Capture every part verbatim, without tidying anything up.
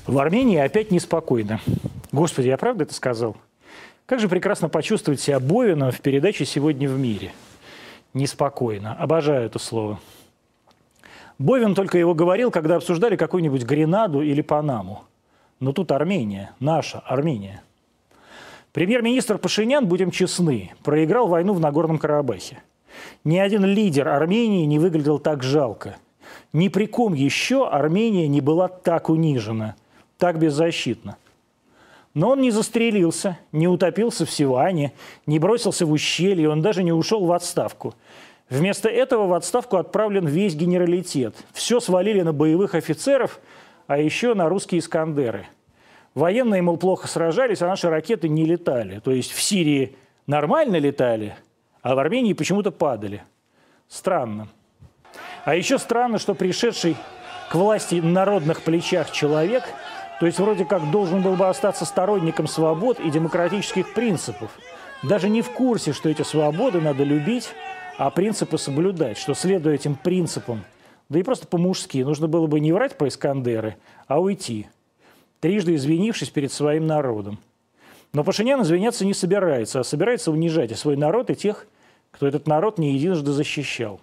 В Армении опять неспокойно. Господи, я правда это сказал? Как же прекрасно почувствовать себя Бовиным в передаче «Сегодня в мире». Неспокойно. Обожаю это слово. Бовин только его говорил, когда обсуждали какую-нибудь Гренаду или Панаму. Но тут Армения, наша Армения. Премьер-министр Пашинян, будем честны, проиграл войну в Нагорном Карабахе. Ни один лидер Армении не выглядел так жалко. Ни при ком еще Армения не была так унижена, так беззащитна. Но он не застрелился, не утопился в Сиване, не бросился в ущелье, он даже не ушел в отставку. Вместо этого в отставку отправлен весь генералитет. Все свалили на боевых офицеров, а еще на русские «Искандеры». Военные, мол, плохо сражались, а наши ракеты не летали. То есть в Сирии нормально летали, а в Армении почему-то падали. Странно. А еще странно, что пришедший к власти на народных плечах человек, то есть вроде как должен был бы остаться сторонником свобод и демократических принципов, даже не в курсе, что эти свободы надо любить, а принципы соблюдать, что, следуя этим принципам, да и просто по-мужски, нужно было бы не врать про «Искандеры», а уйти, трижды извинившись перед своим народом. Но Пашинян извиняться не собирается, а собирается унижать и свой народ, и тех, кто этот народ не единожды защищал.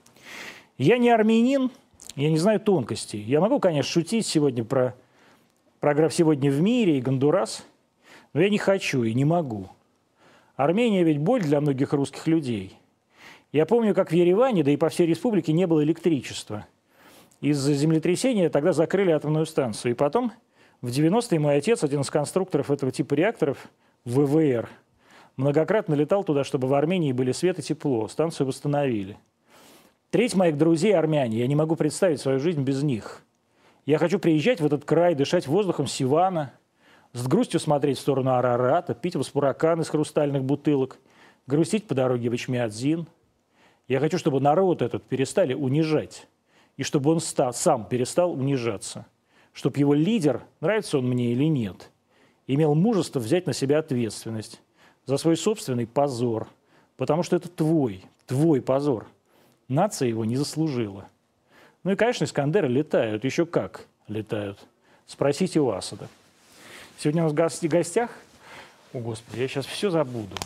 Я не армянин, я не знаю тонкостей. Я могу, конечно, шутить сегодня про программу «Сегодня в мире» и Гондурас, но я не хочу и не могу. Армения ведь боль для многих русских людей. Я помню, как в Ереване, да и по всей республике не было электричества. Из-за землетрясения тогда закрыли атомную станцию. И потом, в девяностые, мой отец, один из конструкторов этого типа реакторов, вэ вэ эр, многократно летал туда, чтобы в Армении были свет и тепло. Станцию восстановили. Треть моих друзей армяне. Я не могу представить свою жизнь без них. Я хочу приезжать в этот край, дышать воздухом Сивана, с грустью смотреть в сторону Арарата, пить васпуракан из хрустальных бутылок, грустить по дороге в Ичмиадзин. Я хочу, чтобы народ этот перестали унижать, и чтобы он сам перестал унижаться. Чтобы его лидер, нравится он мне или нет, имел мужество взять на себя ответственность за свой собственный позор. Потому что это твой, твой позор. Нация его не заслужила. Ну и, конечно, «Искандеры» летают. Еще как летают. Спросите у Асада. Сегодня у нас в гостях... О, Господи, я сейчас все забуду.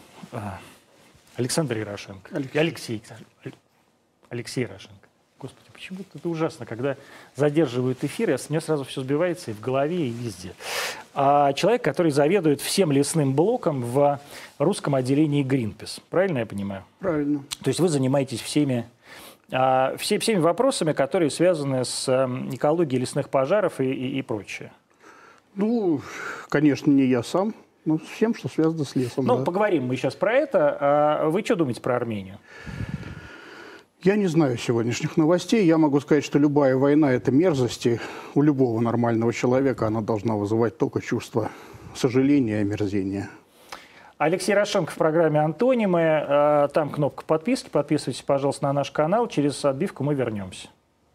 Александр Ярошенко. Алексей. Алексей Ярошенко. Господи, почему-то это ужасно, когда задерживают эфир, у меня сразу все сбивается и в голове, и везде. А человек, который заведует всем лесным блоком в русском отделении Greenpeace. Правильно я понимаю? Правильно. То есть вы занимаетесь всеми, а, все, всеми вопросами, которые связаны с а, экологией лесных пожаров и, и, и прочее. Ну, конечно, не я сам, но всем, что связано с лесом. Ну, да. Поговорим мы сейчас про это. А вы что думаете про Армению? Я не знаю сегодняшних новостей. Я могу сказать, что любая война – это мерзости. У любого нормального человека она должна вызывать только чувство сожаления и омерзения. Алексей Ярошенко в программе «Антонимы». Там кнопка подписки. Подписывайтесь, пожалуйста, на наш канал. Через отбивку мы вернемся.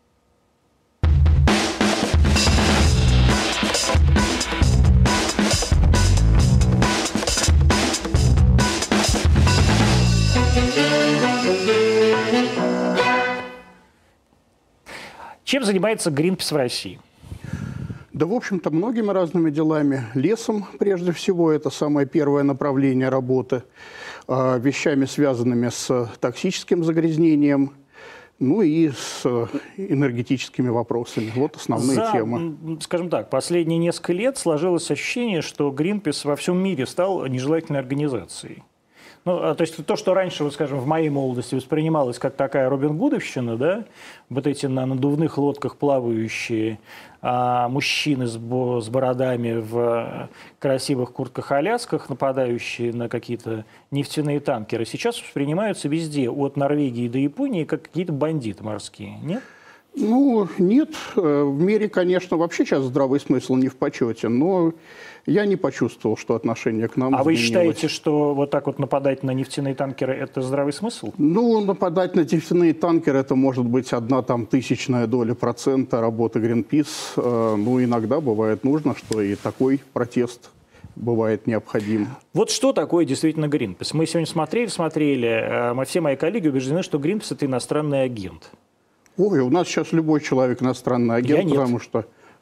Чем занимается Greenpeace в России? Да, в общем-то, многими разными делами. Лесом, прежде всего, это самое первое направление работы. Вещами, связанными с токсическим загрязнением, ну и с энергетическими вопросами. Вот основные За, темы. Скажем так, последние несколько лет сложилось ощущение, что Greenpeace во всем мире стал нежелательной организацией. Ну, то есть то, что раньше, вот, скажем, в моей молодости воспринималось как такая Робин Гудовщина, да, вот эти на надувных лодках плавающие а, мужчины с, бо, с бородами в красивых куртках-алясках, нападающие на какие-то нефтяные танкеры, сейчас воспринимаются везде, от Норвегии до Японии, как какие-то бандиты морские, нет? Ну, нет. В мире, конечно, вообще сейчас здравый смысл не в почете, но я не почувствовал, что отношение к нам А изменилось. вы считаете, что вот так вот нападать на нефтяные танкеры – это здравый смысл? Ну, нападать на нефтяные танкеры – это может быть одна там тысячная доля процента работы Greenpeace. Ну, иногда бывает нужно, что и такой протест бывает необходим. Вот что такое действительно Greenpeace? Мы сегодня смотрели, смотрели, мы, все мои коллеги убеждены, что Greenpeace – это иностранный агент. Ой, у нас сейчас любой человек иностранный агент, потому что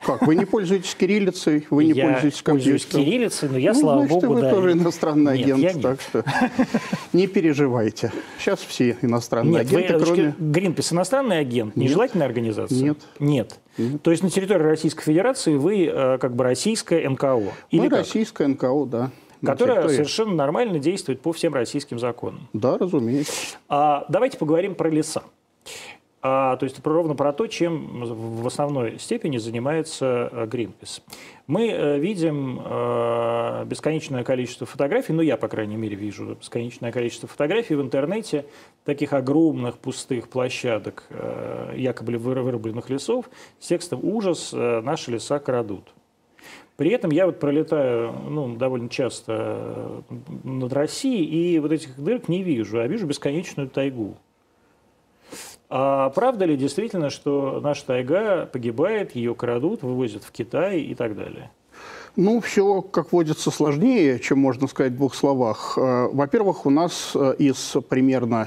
Как, вы не пользуетесь кириллицей, вы не Я пользуетесь пользуюсь компьютером? кириллицей, но я, ну, слава значит, богу, вы да. тоже иностранный Нет, агент, я нет. так что не переживайте. Сейчас все иностранные Нет, агенты, вы, кроме... Гринпис иностранный агент, Нет. нежелательная организация? Нет. Нет. Нет. То есть на территории Российской Федерации вы э, как бы российская эн ка о? Или Мы как? российская эн ка о, да. на Которая территории. совершенно нормально действует по всем российским законам. Да, разумеется. А, давайте поговорим про леса. А, то есть ровно про то, чем в основной степени занимается Greenpeace. Мы э, видим э, бесконечное количество фотографий, ну я, по крайней мере, вижу бесконечное количество фотографий в интернете таких огромных пустых площадок, э, якобы вырубленных лесов, с текстом «Ужас, э, наши леса крадут». При этом я вот пролетаю ну, довольно часто над Россией, и вот этих дырок не вижу, а вижу бесконечную тайгу. А правда ли действительно, что наша тайга погибает, ее крадут, вывозят в Китай и так далее? Ну, все, как водится, сложнее, чем можно сказать в двух словах. Во-первых, у нас из примерно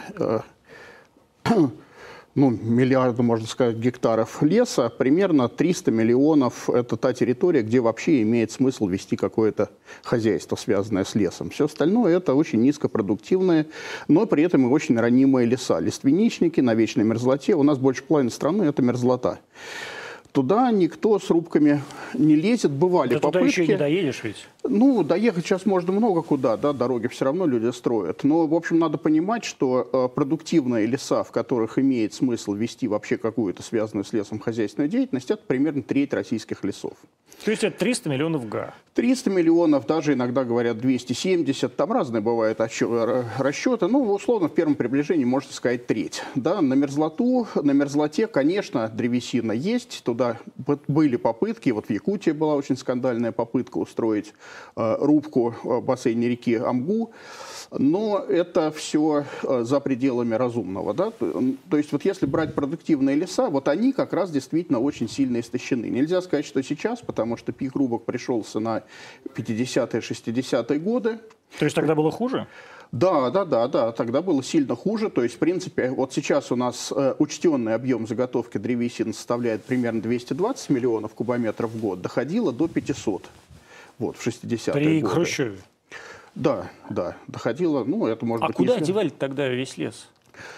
ну, миллиарда, можно сказать, гектаров леса, примерно триста миллионов – это та территория, где вообще имеет смысл вести какое-то хозяйство, связанное с лесом. Все остальное – это очень низкопродуктивные, но при этом и очень ранимые леса. Лиственничники на вечной мерзлоте. У нас больше половины страны – это мерзлота. Туда никто с рубками не лезет. Бывали да попытки. Туда еще не доедешь ведь? Ну, доехать сейчас можно много куда, да, дороги все равно люди строят. Но, в общем, надо понимать, что э, продуктивные леса, в которых имеет смысл вести вообще какую-то связанную с лесом хозяйственную деятельность, это примерно треть российских лесов. То есть это триста миллионов га? триста миллионов, даже иногда говорят двести семьдесят, там разные бывают расчеты. Ну, условно, в первом приближении можно сказать треть. Да, на мерзлоту, на мерзлоте, конечно, древесина есть, туда были попытки, вот в Якутии была очень скандальная попытка устроить э, рубку э, бассейна реки Амгу, но это все э, за пределами разумного. Да? То, то есть вот если брать продуктивные леса, вот они как раз действительно очень сильно истощены. Нельзя сказать, что сейчас, потому что пик рубок пришелся на пятидесятые шестидесятые годы. То есть тогда было хуже? Да, да, да, да, тогда было сильно хуже. То есть, в принципе, вот сейчас у нас э, учтенный объем заготовки древесины составляет примерно двести двадцать миллионов кубометров в год, доходило до пятисот вот, в шестидесятые При годы. Хрущеве? Да, да, доходило, ну, это может а быть... куда если... девали тогда весь лес?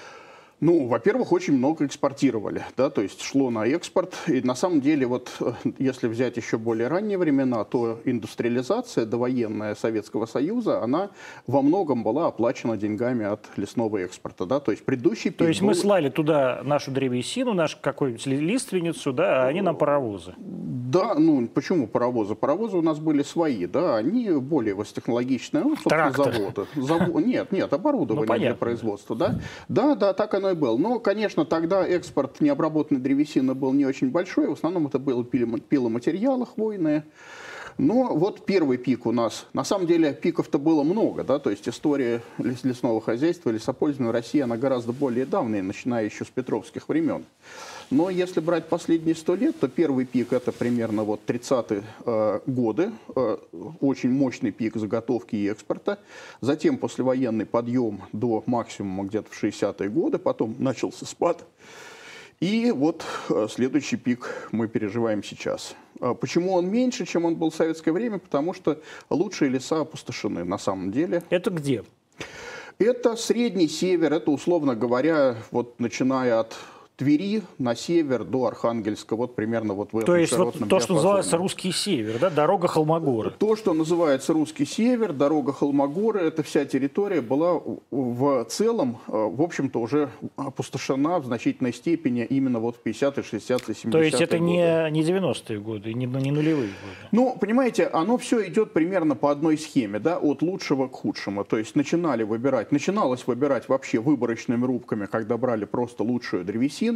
Ну, во-первых, очень много экспортировали, да, то есть шло на экспорт. И на самом деле, вот если взять еще более ранние времена, то индустриализация довоенная Советского Союза, она во многом была оплачена деньгами от лесного экспорта, да, то есть предыдущий... То есть был... мы слали туда нашу древесину, нашу какую-нибудь лиственницу, да, а они нам паровозы? Да, ну почему паровозы? Паровозы у нас были свои, да, они более высокотехнологичные, ну, собственно, Трактор. заводы. Завод... Нет, нет, оборудование Ну, для производства, да. Да, да, так оно и было. Но, конечно, тогда экспорт необработанной древесины был не очень большой, в основном это было пиломатериалы хвойные. Но вот первый пик у нас, на самом деле пиков-то было много, да, то есть история лесного хозяйства, лесопользования в России, она гораздо более давняя, начиная еще с петровских времен. Но если брать последние сто лет, то первый пик это примерно вот тридцатые э, годы, э, очень мощный пик заготовки и экспорта. Затем послевоенный подъем до максимума где-то в шестидесятые годы, потом начался спад. И вот э, следующий пик мы переживаем сейчас. А почему он меньше, чем он был в советское время? Потому что лучшие леса опустошены на самом деле. Это где? Это средний север, это, условно говоря, вот начиная от Твери на север до Архангельска, вот примерно вот в этом То есть вот широтном то, что диапазоне. называется русский север, да, дорога Холмогоры. То, что называется русский север, дорога Холмогоры, эта вся территория была в целом, в общем-то, уже опустошена в значительной степени именно вот в пятидесятые, шестидесятые, семидесятые То есть это годы. не, не девяностые годы, не, не нулевые годы? Ну, понимаете, оно все идет примерно по одной схеме, да, от лучшего к худшему. То есть начинали выбирать, начиналось выбирать вообще выборочными рубками, когда брали просто лучшую древесину.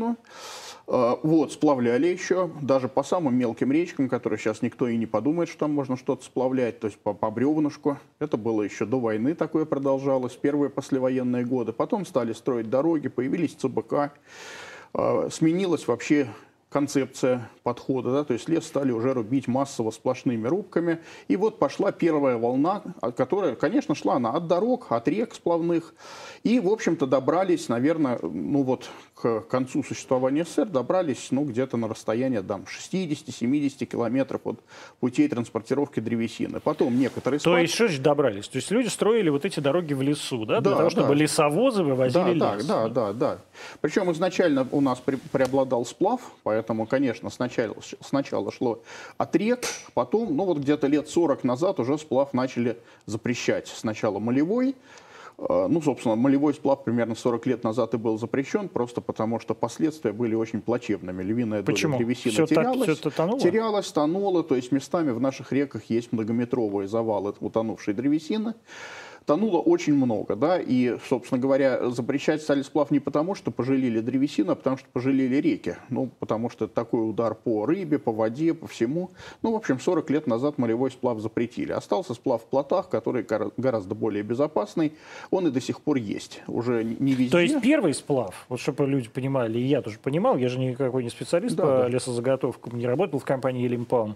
Вот, сплавляли еще, даже по самым мелким речкам, которые сейчас никто и не подумает, что там можно что-то сплавлять, то есть по, по бревнышку. Это было еще до войны, такое продолжалось, первые послевоенные годы. Потом стали строить дороги, появились ЦБК, сменилась вообще концепция подхода, да, то есть лес стали уже рубить массово сплошными рубками. И вот пошла первая волна, которая, конечно, шла она от дорог, от рек сплавных. И, в общем-то, добрались, наверное, ну вот к концу существования СССР, добрались, ну, где-то на расстояние, там, шестидесяти-семидесяти километров от путей транспортировки древесины. Потом некоторые... То есть, что же добрались? То есть, люди строили вот эти дороги в лесу, да? Для Да, того, чтобы да. лесовозы вывозили да, лес. Да, да, да, да. Причем изначально у нас пре преобладал сплав, поэтому, конечно, сначала, сначала шло от рек, потом, ну, вот где-то лет сорок назад уже сплав начали запрещать. Сначала молевой. Ну, собственно, молевой сплав примерно сорок лет назад и был запрещен, просто потому что последствия были очень плачевными. Львиная доля Почему? древесины Все терялась, так, все тонуло? терялась, тонула, то есть местами в наших реках есть многометровые завалы утонувшей древесины. Тонуло очень много, да, и, собственно говоря, запрещать стали сплав не потому, что пожалели древесину, а потому что пожалели реки. Ну, потому что это такой удар по рыбе, по воде, по всему. Ну, в общем, сорок лет назад молевой сплав запретили. Остался сплав в плотах, который гораздо более безопасный. Он и до сих пор есть. Уже не везде. То есть первый сплав, вот чтобы люди понимали, и я тоже понимал, я же никакой не специалист да, по да. лесозаготовкам, не работал в компании «Элимпалм».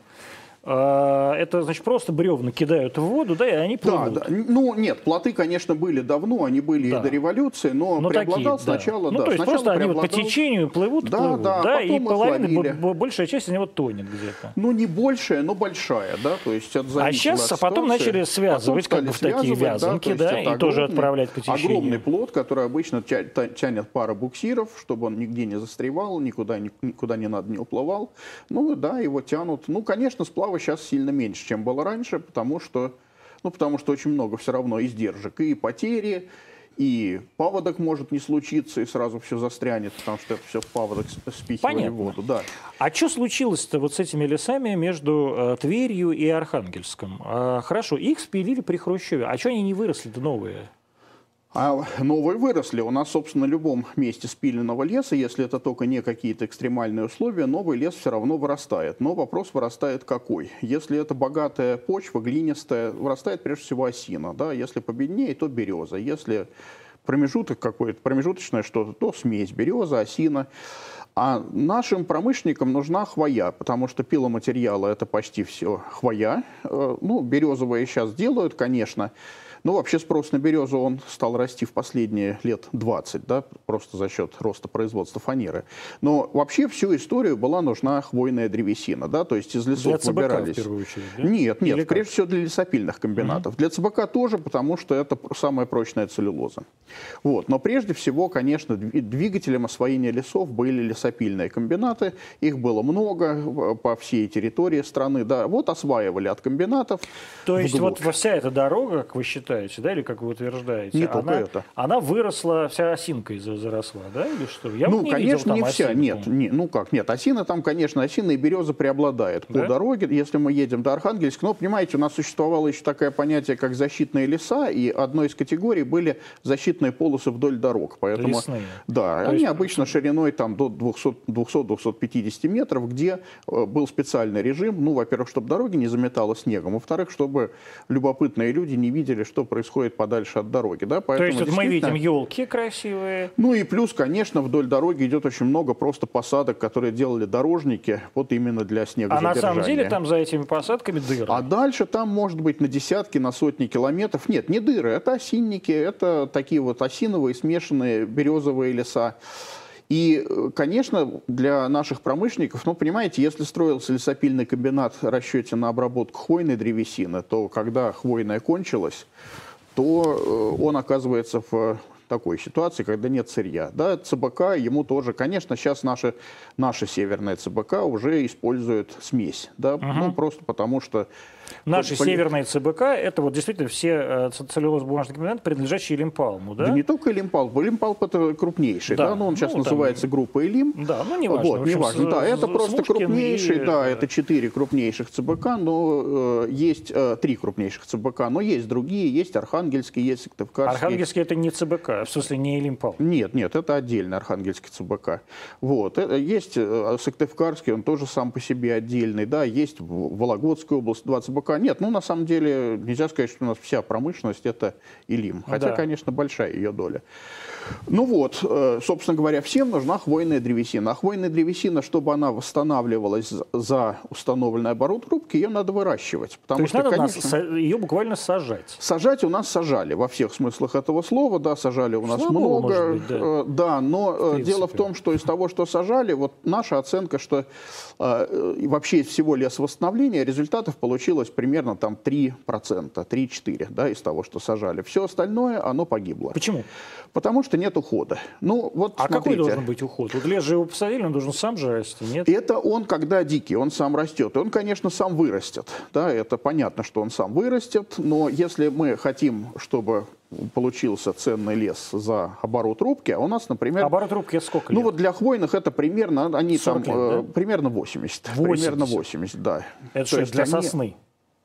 Это, значит, просто бревна кидают в воду, да, и они плывут. Да, да. Ну, нет, плоты, конечно, были давно, они были да. и до революции, но, но преобладал такие, сначала... Да. Ну, да, то есть просто преобладал... они вот по течению плывут, да, плывут, да, да, и половина, большая часть из него тонет где-то. Ну, не большая, но большая, да, то есть это А сейчас, а потом начали связывать потом как бы в такие вязанки, да, да и огромный, тоже отправлять по течению. Огромный плот, который обычно тянет пара буксиров, чтобы он нигде не застревал, никуда, никуда не надо не уплывал. Ну, да, его тянут. Ну, конечно, сплава сейчас сильно меньше, чем было раньше, потому что, ну, потому что очень много все равно издержек и потери, и паводок может не случиться, и сразу все застрянет, потому что это все в паводок спихивали в воду. Да. А что случилось-то вот с этими лесами между э, Тверью и Архангельском? А, хорошо, их спилили при Хрущеве, а что они не выросли-то новые? А новые выросли. У нас, собственно, на любом месте спиленного леса, если это только не какие-то экстремальные условия, новый лес все равно вырастает. Но вопрос вырастает какой? Если это богатая почва, глинистая, вырастает прежде всего осина. Да? Если победнее, то береза. Если промежуток какой-то, промежуточное что-то, то смесь береза, осина. А нашим промышленникам нужна хвоя, потому что пиломатериалы – это почти все хвоя. Ну, березовые сейчас делают, конечно. Но вообще спрос на березу он стал расти в последние лет двадцать, да, просто за счет роста производства фанеры. Но вообще всю историю была нужна хвойная древесина, да, то есть из лесов для ЦБК, выбирались. В первую очередь, да? Нет, нет, Или прежде как? всего для лесопильных комбинатов. Угу. Для ЦБК тоже, потому что это самая прочная целлюлоза. Вот. Но прежде всего, конечно, двигателем освоения лесов были лесопильные комбинаты. Их было много по всей территории страны. Да. Вот осваивали от комбинатов. То есть вот вся эта дорога, как вы считаете, да, или как вы утверждаете, не она, это. она выросла, вся осинкой заросла, да, или что? Я ну, не конечно, видел, не вся, осинку. нет, не, ну как, нет, осина там, конечно, осина и береза преобладает да? по дороге, если мы едем до Архангельска. Но, понимаете, у нас существовало еще такое понятие, как защитные леса, и одной из категорий были защитные полосы вдоль дорог. Поэтому, лесные. Да, То они есть... обычно шириной там до двухсот-двухсот пятидесяти метров, где был специальный режим, ну, во-первых, чтобы дороги не заметало снегом, во-вторых, чтобы любопытные люди не видели, что происходит подальше от дороги. Да? То есть вот мы видим елки красивые. Ну и плюс, конечно, вдоль дороги идет очень много просто посадок, которые делали дорожники вот именно для снегозадержания. А на самом деле там за этими посадками дыры. А дальше там может быть на десятки, на сотни километров. Нет, не дыры, это осинники, это такие вот осиновые смешанные березовые леса. И, конечно, для наших промышленников, ну, понимаете, если строился лесопильный комбинат в расчете на обработку хвойной древесины, то когда хвойная кончилась, то он оказывается в такой ситуации, когда нет сырья. Да, ЦБК ему тоже, конечно, сейчас наши, наши северные ЦБК уже используют смесь, да, угу. ну, просто потому что... Наши Пол... северные ЦБК, это вот действительно все целлюлозно-бумажные комбинаты, принадлежащие Элимпалму, да? Да не только Элимпалм, Элимпалм это крупнейший, да, да? Ну, он сейчас ну, называется там... группа Элим. Да, ну не важно. Вот, не важно, да, это просто крупнейший, и... да, это четыре крупнейших ЦБК, но э, есть э, три крупнейших ЦБК, но есть другие, есть Архангельский, есть Сыктывкарский. Архангельский это не ЦБК. В смысле, не Илим Пал? Нет, нет, это отдельный Архангельский ЦБК. Вот. Есть Сыктывкарский, он тоже сам по себе отдельный. Да, есть в Вологодской области два ЦБК. Нет, ну на самом деле нельзя сказать, что у нас вся промышленность это Илим. Хотя, да, конечно, большая ее доля. Ну вот, собственно говоря, всем нужна хвойная древесина. А хвойная древесина, чтобы она восстанавливалась за установленный оборот рубки, ее надо выращивать. Потому То есть что, надо конечно, нас, ее буквально сажать? Сажать у нас сажали во всех смыслах этого слова. Да, сажали у нас Слава много. Богу, может быть, да. Да, но В дело в том, что из того, что сажали, вот наша оценка, что э, вообще из всего лесовосстановления результатов получилось примерно там три процента, три-четыре процента, да, из того, что сажали. Все остальное, оно погибло. Почему? Потому что нет ухода. Ну, вот, а смотрите. Какой должен быть уход? Вот лес же его посадили, он должен сам же расти, нет? Это он, когда дикий, он сам растет. И он, конечно, сам вырастет. Да, это понятно, что он сам вырастет. Но если мы хотим, чтобы получился ценный лес за оборот рубки, а у нас, например... Оборот рубки сколько лет? Ну вот для хвойных это примерно, они там, лет, да? э, примерно восемьдесят. восемьдесят. Примерно восемьдесят, да. Это что, для они... сосны?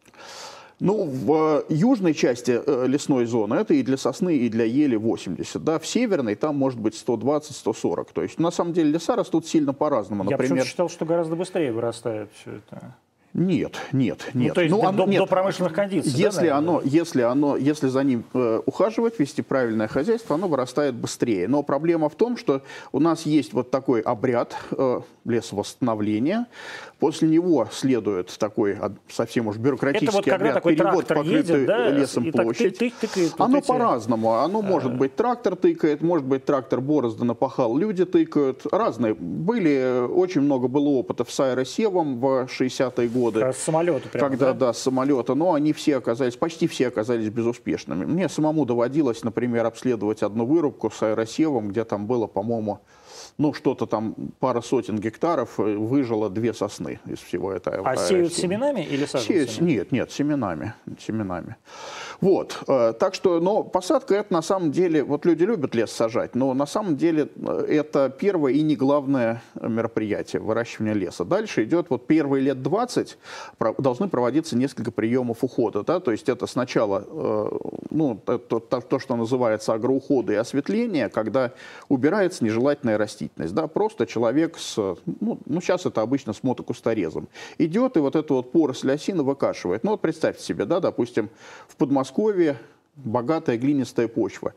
Ну, в южной части э, лесной зоны это и для сосны, и для ели восемьдесят. Да? В северной там может быть сто двадцать - сто сорок. То есть, на самом деле, леса растут сильно по-разному. Я Например... почему-то считал, что гораздо быстрее вырастает все это. Нет, нет, нет. Ну, то есть ну, до, оно, до, нет. до промышленных кондиций, если, да, оно, если, оно, если за ним э, ухаживать, вести правильное хозяйство, оно вырастает быстрее. Но проблема в том, что у нас есть вот такой обряд э, лесовосстановления. После него следует такой совсем уж бюрократический это вот обряд, такой перевод покрытую едет, да, лесом площадь. Тык, тык, тыкает, оно вот эти... по-разному. Оно а... может быть трактор тыкает, может быть трактор борозды напахал, люди тыкают. Разные. Были, очень много было опытов с аэросевом в шестидесятые годы. А с самолета прямо, когда, да? да, с самолета, но они все оказались, почти все оказались безуспешными. Мне самому доводилось, например, обследовать одну вырубку с аэросевом, где там было, по-моему, ну, что-то там, пара сотен гектаров, выжило две сосны из всего этого. А сеют семенами или саженцами? Сеют, нет, нет, семенами, семенами. Вот, э, так что, но посадка это на самом деле, вот люди любят лес сажать, но на самом деле это первое и не главное мероприятие выращивания леса. Дальше идет вот первые лет двадцать должны проводиться несколько приемов ухода, да, то есть это сначала, э, ну, то, то, то, что называется агроуходы и осветление, когда убирается нежелательная растительность, да, просто человек с, ну, ну сейчас это обычно с мотокусторезом, идет и вот эту вот поросль осины выкашивает. Ну вот представьте себе, да, допустим, в Подмосковье богатая глинистая почва.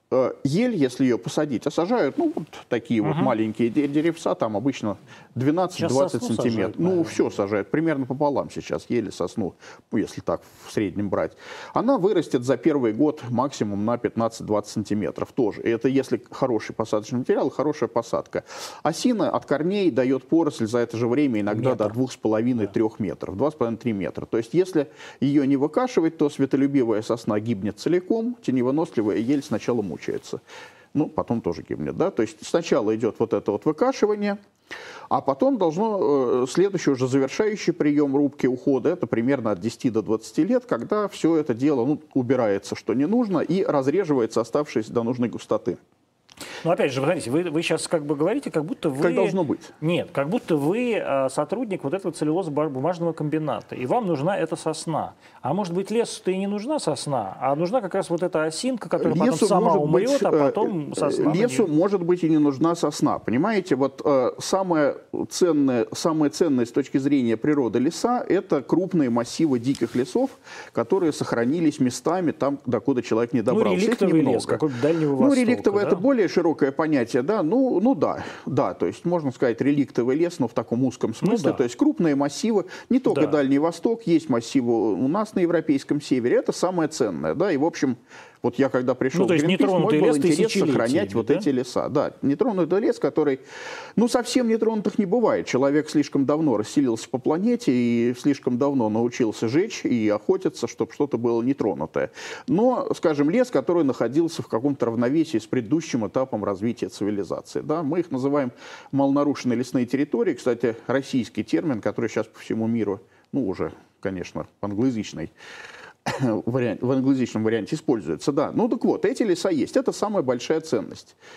Ель, если ее посадить, а сажают, ну, вот такие uh-huh. вот маленькие деревца, там обычно двенадцать-двадцать сантиметров. Ну, все сажают, примерно пополам сейчас, ели сосну, если так в среднем брать. Она вырастет за первый год максимум на пятнадцать-двадцать сантиметров тоже. И это если хороший посадочный материал, хорошая посадка. Осина от корней дает поросль за это же время иногда Метр. до двух с половиной-трех метров, два с половиной-три метра. То есть если ее не выкашивать, то светолюбивая сосна гибнет целиком, теневыносливая ель сначала мучается. Ну, потом тоже гибнет, да, то есть сначала идет вот это вот выкашивание, а потом должно, э, следующий уже завершающий прием рубки ухода, это примерно от десяти до двадцати лет, когда все это дело, ну, убирается, что не нужно, и разреживается, оставшись до нужной густоты. Ну, опять же, смотрите, вы, вы сейчас как бы говорите, как будто вы... Как должно быть. Нет, как будто вы э, сотрудник вот этого целлюлозно-бумажного комбината, и вам нужна эта сосна. А может быть, лесу-то и не нужна сосна, а нужна как раз вот эта осинка, которая лесу потом сама умрет, быть, а потом сосна... Лесу может быть и не нужна сосна. Понимаете, вот э, самое ценное, самое ценное с точки зрения природы леса – это крупные массивы диких лесов, которые сохранились местами там, докуда человек не добрался. Ну, реликтовый лес, какой-то Дальнего Востока. Ну, реликтовый да? это более широкое понятие, да, ну, ну да, да, то есть можно сказать реликтовый лес, но в таком узком смысле, ну, да. то есть крупные массивы, не только да. Дальний Восток, есть массивы у нас на европейском севере, это самое ценное, да, и в общем, вот я когда пришел ну, в Гринпис, мой был интерес сохранять да? вот эти леса, да, нетронутый лес, который, ну, совсем нетронутых не бывает, человек слишком давно расселился по планете и слишком давно научился жечь и охотиться, чтобы что-то было нетронутое, но, скажем, лес, который находился в каком-то равновесии с предыдущим этапом развития цивилизации. Да? Мы их называем малонарушенные лесные территории. Кстати, российский термин, который сейчас по всему миру, ну уже, конечно, в англоязычной варианте, в англоязычном варианте используется. Да. Ну так вот, эти леса есть. Это самая большая ценность.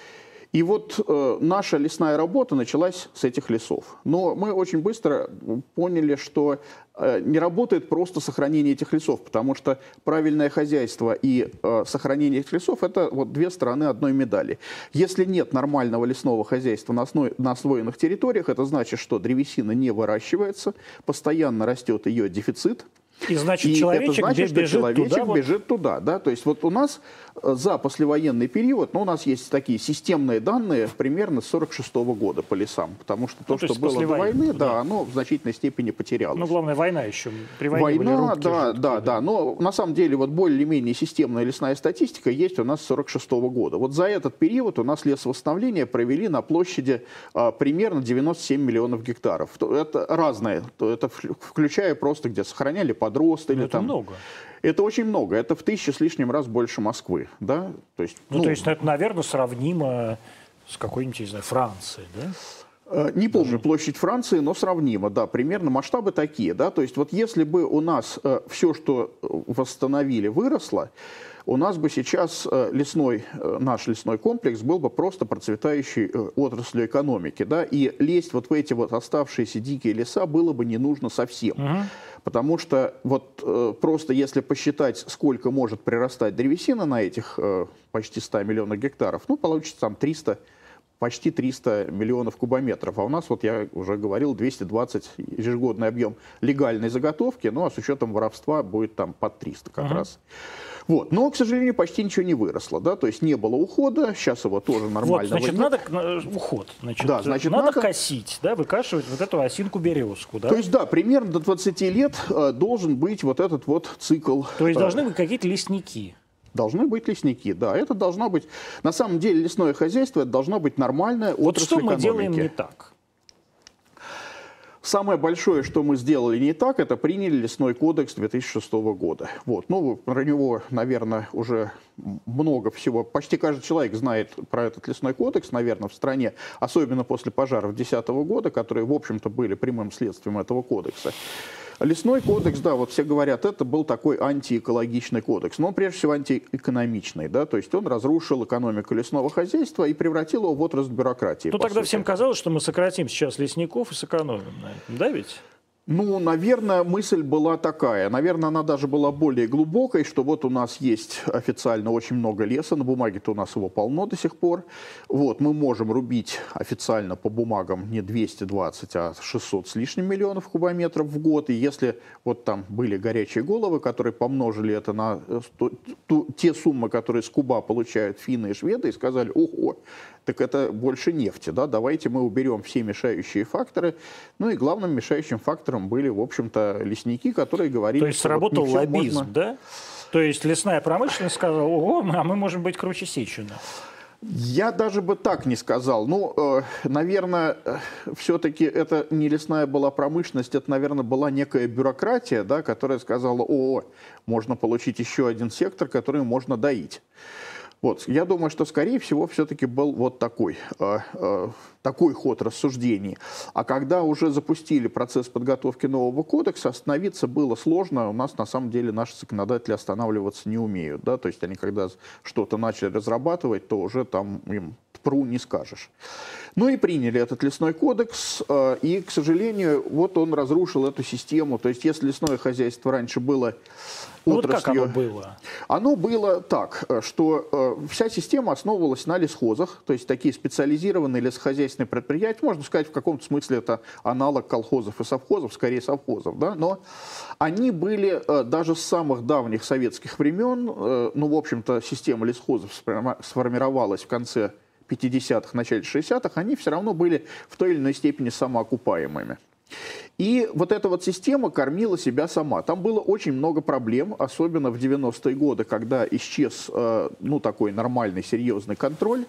И вот э, наша лесная работа началась с этих лесов. Но мы очень быстро поняли, что э, не работает просто сохранение этих лесов, потому что правильное хозяйство и э, сохранение этих лесов – это вот две стороны одной медали. Если нет нормального лесного хозяйства на, основ... на освоенных территориях, это значит, что древесина не выращивается, постоянно растет ее дефицит. И значит, и человечек это значит, бежит что человечек туда, бежит вот... туда. Да? То есть вот у нас за послевоенный период, ну, у нас есть такие системные данные примерно с сорок шестого года по лесам. Потому что то, ну, то что было до войны, да, да, оно в значительной степени потерялось. Ну, главное, война еще. При войне война, были рубки, да, жуткие, да, да, да. Но на самом деле вот более-менее системная лесная статистика есть у нас с сорок шестого года. Вот за этот период у нас лесовосстановление провели на площади а, примерно девяносто семь миллионов гектаров. Это разное. Это включая просто, где сохраняли подросты. Или это там... много. Это очень много. Это в тысячу с лишним раз больше Москвы. Да? То есть, ну, ну, то есть это, наверное, сравнимо с какой-нибудь, не знаю, Францией, да? Не помню площадь Франции, но сравнимо, да, примерно масштабы такие, да, то есть вот если бы у нас э, все, что восстановили, выросло, у нас бы сейчас э, лесной, э, наш лесной комплекс был бы просто процветающей э, отраслью экономики, да, и лезть вот в эти вот оставшиеся дикие леса было бы не нужно совсем. Угу. Потому что вот э, просто если посчитать, сколько может прирастать древесина на этих э, почти ста миллионах гектаров, ну, получится там триста почти триста миллионов кубометров. А у нас, вот я уже говорил, двести двадцать ежегодный объем легальной заготовки, ну а с учетом воровства будет там под триста как uh-huh. раз. Вот. Но, к сожалению, почти ничего не выросло, да, то есть не было ухода, сейчас его тоже нормально. Вот, значит, возник. надо уход, значит, да, значит надо, надо косить, да, выкашивать вот эту осинку-березку, да? То есть, да, примерно до двадцати лет э, должен быть вот этот вот цикл. То есть э, должны быть какие-то лесники. Должны быть лесники, да. Это должно быть, на самом деле, лесное хозяйство, это должно быть нормальное вот отрасль что мы экономики. делаем не так? Самое большое, что мы сделали не так, это приняли лесной кодекс две тысячи шестого года. Вот. Ну, про него, наверное, уже много всего. Почти каждый человек знает про этот лесной кодекс, наверное, в стране, особенно после пожаров две тысячи десятого года, которые, в общем-то, были прямым следствием этого кодекса. Лесной кодекс, да, вот все говорят, это был такой антиэкологичный кодекс, но он прежде всего антиэкономичный, да, то есть он разрушил экономику лесного хозяйства и превратил его в отрасль бюрократии. Ну, тогда сути. всем казалось, что мы сократим сейчас лесников и сэкономим на этом, да ведь? Ну, наверное, мысль была такая. Наверное, она даже была более глубокой, что вот у нас есть официально очень много леса, на бумаге-то у нас его полно до сих пор. Вот, мы можем рубить официально по бумагам не двести двадцать, а шестьсот с лишним миллионов кубометров в год. И если вот там были горячие головы, которые помножили это на ту, ту, те суммы, которые с Куба получают финны и шведы, и сказали, ого, так это больше нефти, да, давайте мы уберем все мешающие факторы. Ну и главным мешающим фактором были, в общем-то, лесники, которые говорили... То есть сработал вот лоббизм, можно... да? То есть лесная промышленность сказала, ого, а мы можем быть круче Сечина. Я даже бы так не сказал. Ну, э, наверное, э, все-таки это не лесная была промышленность, это, наверное, была некая бюрократия, да, которая сказала, о, можно получить еще один сектор, который можно доить. Вот, я думаю, что, скорее всего, все-таки был вот такой, э, э, такой ход рассуждений. А когда уже запустили процесс подготовки нового кодекса, остановиться было сложно. У нас, на самом деле, наши законодатели останавливаться не умеют. Да? То есть они, когда что-то начали разрабатывать, то уже там им тпру не скажешь. Ну и приняли этот лесной кодекс, э, и, к сожалению, вот он разрушил эту систему. То есть если лесное хозяйство раньше было... Ну вот как оно было? Оно было так, что э, вся система основывалась на лесхозах, то есть такие специализированные лесохозяйственные предприятия, можно сказать, в каком-то смысле это аналог колхозов и совхозов, скорее совхозов, да, но они были э, даже с самых давних советских времен, э, ну, в общем-то, система лесхозов сформировалась в конце пятидесятых, начале шестидесятых, они все равно были в той или иной степени самоокупаемыми. И вот эта вот система кормила себя сама. Там было очень много проблем, особенно в девяностые годы, когда исчез, ну, такой нормальный, серьезный контроль.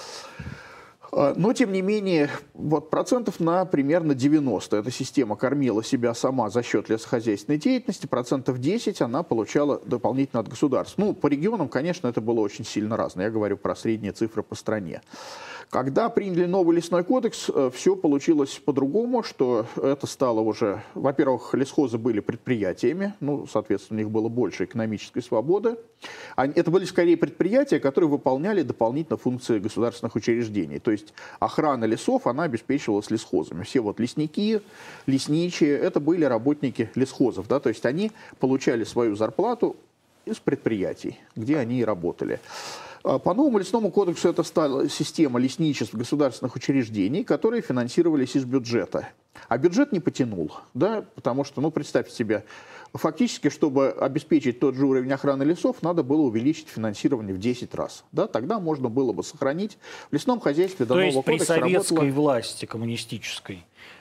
Но, тем не менее, вот процентов на примерно девяносто эта система кормила себя сама за счет лесохозяйственной деятельности, процентов десять она получала дополнительно от государства. Ну, по регионам, конечно, это было очень сильно разно. Я говорю про средние цифры по стране. Когда приняли новый лесной кодекс, все получилось по-другому, что это стало уже, во-первых, лесхозы были предприятиями, ну, соответственно, у них было больше экономической свободы. Это были скорее предприятия, которые выполняли дополнительно функции государственных учреждений. То есть охрана лесов, она обеспечивалась лесхозами. Все вот лесники, лесничие, это были работники лесхозов, да, то есть они получали свою зарплату из предприятий, где они и работали. По новому лесному кодексу это стала система лесничеств государственных учреждений, которые финансировались из бюджета. А бюджет не потянул, да, потому что, ну, представьте себе, фактически, чтобы обеспечить тот же уровень охраны лесов, надо было увеличить финансирование в десять раз. Да, тогда можно было бы сохранить в лесном хозяйстве до То нового есть при кодекса советской работало... власти коммунистической,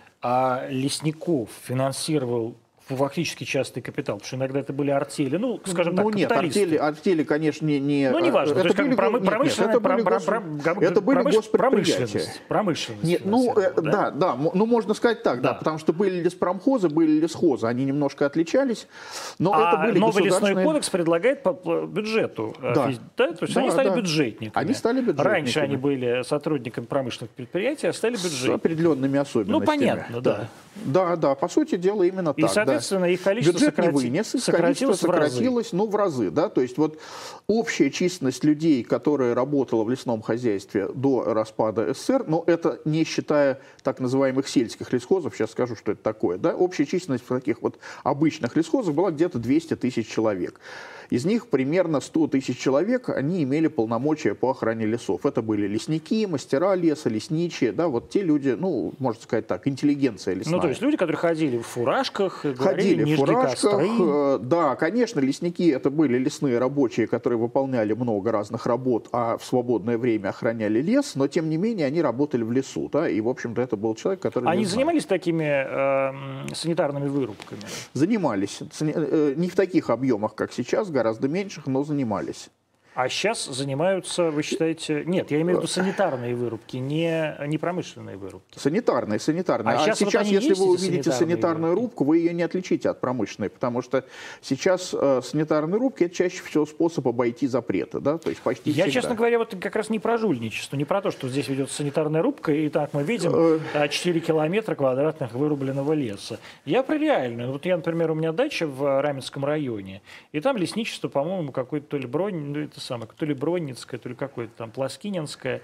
а лесников финансировал фактически частный капитал, потому что иногда это были артели, ну, скажем так, ну, нет, капиталисты. артели, артели, конечно, не... не ну, неважно, это то есть были, как бы промышленная, нет, это были, гос... это были госпредприятия. Промышленность. Промышленность нет, ну, э, да? да, да, ну, можно сказать так, да. да, потому что были леспромхозы, были лесхозы, они немножко отличались, но а это были новый государственные... лесной кодекс предлагает по бюджету, да. Да? То есть да, они стали да. бюджетниками. Они стали бюджетниками. Раньше они были сотрудниками промышленных предприятий, а стали бюджетниками. С определенными особенностями. Ну, понятно, да. Да, да, да, по сути дела именно И, так. И, соответственно, да. их количество Бюджет сократи... не вынес, их сократилось, количество сократилось, ну, в разы, да, то есть вот общая численность людей, которая работала в лесном хозяйстве до распада СССР, но это не считая так называемых сельских лесхозов, сейчас скажу, что это такое, да, общая численность в таких вот обычных лесхозах была где-то двести тысяч человек. Из них примерно сто тысяч человек, они имели полномочия по охране лесов. Это были лесники, мастера леса, лесничие, да, вот те люди, ну, можно сказать так, интеллигенция лесная. Ну, то есть люди, которые ходили в фуражках, ходили в фуражках, костры. Да, конечно, лесники это были лесные рабочие, которые выполняли много разных работ, а в свободное время охраняли лес, но тем не менее они работали в лесу, да, и, в общем-то, это был человек, который... Они занимались такими э, санитарными вырубками? Занимались. Не в таких объемах, как сейчас, гораздо меньших, но занимались. А сейчас занимаются, вы считаете... Нет, я имею в виду санитарные вырубки, не, не промышленные вырубки. Санитарные, санитарные. А, а сейчас, вот сейчас если вы увидите санитарную вырубки? рубку, вы ее не отличите от промышленной, потому что сейчас э, санитарные рубки – это чаще всего способ обойти запреты, да, то есть почти Я, всегда. честно говоря, вот как раз не про жульничество, не про то, что здесь ведется санитарная рубка, и так мы видим четыре километра квадратных вырубленного леса. Я про реальную. Вот я, например, у меня дача в Раменском районе, и там лесничество, по-моему, какой-то то ли бронь, ну, это самое, то ли Бронницкое, то ли какое-то там Плоскининское.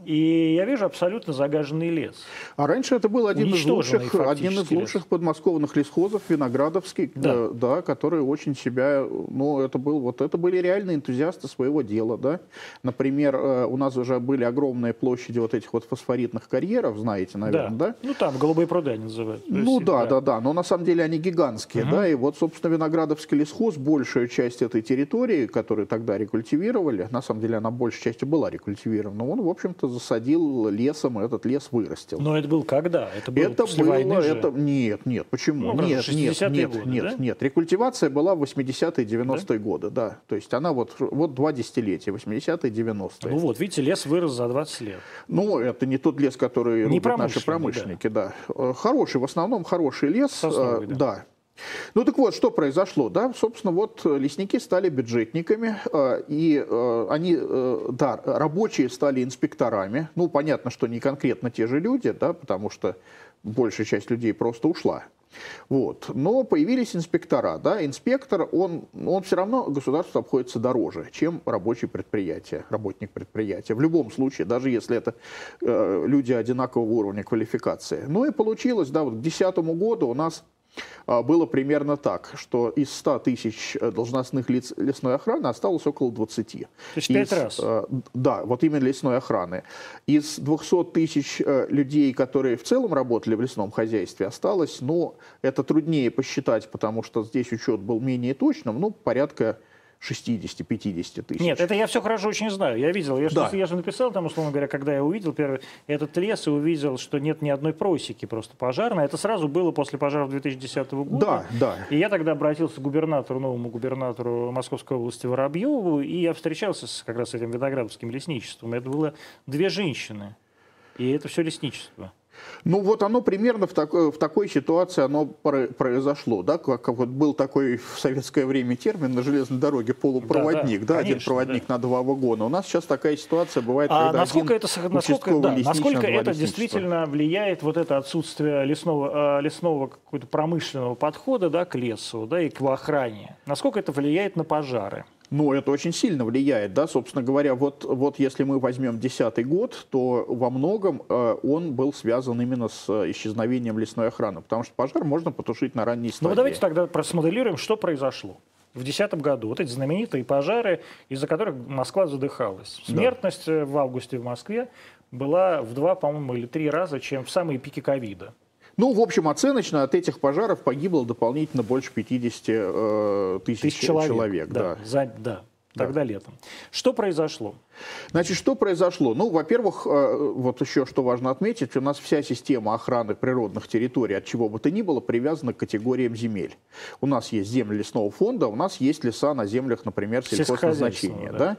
И я вижу абсолютно загаженный лес. А раньше это был один из лучших, один из лучших подмосковных лесхозов, Виноградовский, да. Э, да, который очень себя, ну, это был, вот это были реальные энтузиасты своего дела, да. Например, э, у нас уже были огромные площади вот этих вот фосфоритных карьеров, знаете, наверное, да? да? Ну, там Голубые пруды они называют. Ну, есть, да, да, да, да, но на самом деле они гигантские, угу. да, и вот, собственно, Виноградовский лесхоз, большую часть этой территории, которую тогда рекультивировали, на самом деле она большей частью была рекультивирована, он, в общем-то, засадил лесом, и этот лес вырастил. Но это был когда? Это было это после было, войны же? Это, нет, нет, почему? Ну, нет, нет, нет, годы, нет, да? нет. Рекультивация была в восьмидесятые девяностые да? годы, да. То есть она вот, вот два десятилетия, восьмидесятые девяностые. Ну вот, видите, лес вырос за двадцать лет. Ну, это не тот лес, который не рубят наши промышленники, да. да. Хороший, в основном хороший лес, Сосновый, да. да. Ну так вот, что произошло, да, собственно, вот лесники стали бюджетниками, э, и э, они, э, да, рабочие стали инспекторами, ну, понятно, что не конкретно те же люди, да, потому что большая часть людей просто ушла, вот, но появились инспектора, да, инспектор, он, он все равно государству обходится дороже, чем рабочий предприятие, работник предприятия, в любом случае, даже если это э, люди одинакового уровня квалификации. Ну и получилось, да, вот к две тысячи десятому году у нас было примерно так, что из ста тысяч должностных лиц лесной охраны осталось около двадцати. То есть пять раз? Да, вот именно лесной охраны. Из двухсот тысяч людей, которые в целом работали в лесном хозяйстве, осталось, ну, это труднее посчитать, потому что здесь учет был менее точным, ну, порядка шестидесяти-пятидесяти тысяч. Нет, это я все хорошо очень знаю. Я видел, я, да. же, я же написал там, условно говоря, когда я увидел первый этот лес и увидел, что нет ни одной просеки просто пожарной. Это сразу было после пожара две тысячи десятого года. Да, да. И я тогда обратился к губернатору, новому губернатору Московской области Воробьеву, и я встречался с, как раз с этим виноградовским лесничеством. Это было две женщины. И это все лесничество. Ну вот оно примерно в такой, в такой ситуации оно произошло, да, как, как вот был такой в советское время термин на железной дороге полупроводник, да, да, да, конечно, один проводник да. на два вагона. У нас сейчас такая ситуация бывает, а когда насколько один это, насколько, да, насколько это действительно влияет вот это отсутствие лесного, лесного какого-то промышленного подхода, да, к лесу, да, и к его охране? Насколько это влияет на пожары? Ну, это очень сильно влияет, да, собственно говоря, вот, вот если мы возьмем десятый год, то во многом э, он был связан именно с исчезновением лесной охраны, потому что пожар можно потушить на ранней стадии. Ну, давайте тогда просмоделируем, что произошло в две тысячи десятом году. Вот эти знаменитые пожары, из-за которых Москва задыхалась. Смертность да. в августе в Москве была в два, по-моему, или три раза, чем в самые пики ковида. Ну, в общем, оценочно от этих пожаров погибло дополнительно больше пятидесяти э, тысяч, тысяч человек. человек да, да. За, да, тогда да. летом. Что произошло? Значит, что произошло? Ну, во-первых, вот еще что важно отметить, у нас вся система охраны природных территорий, от чего бы то ни было, привязана к категориям земель. У нас есть земли лесного фонда, у нас есть леса на землях, например, сельхозназначения. Да. Да?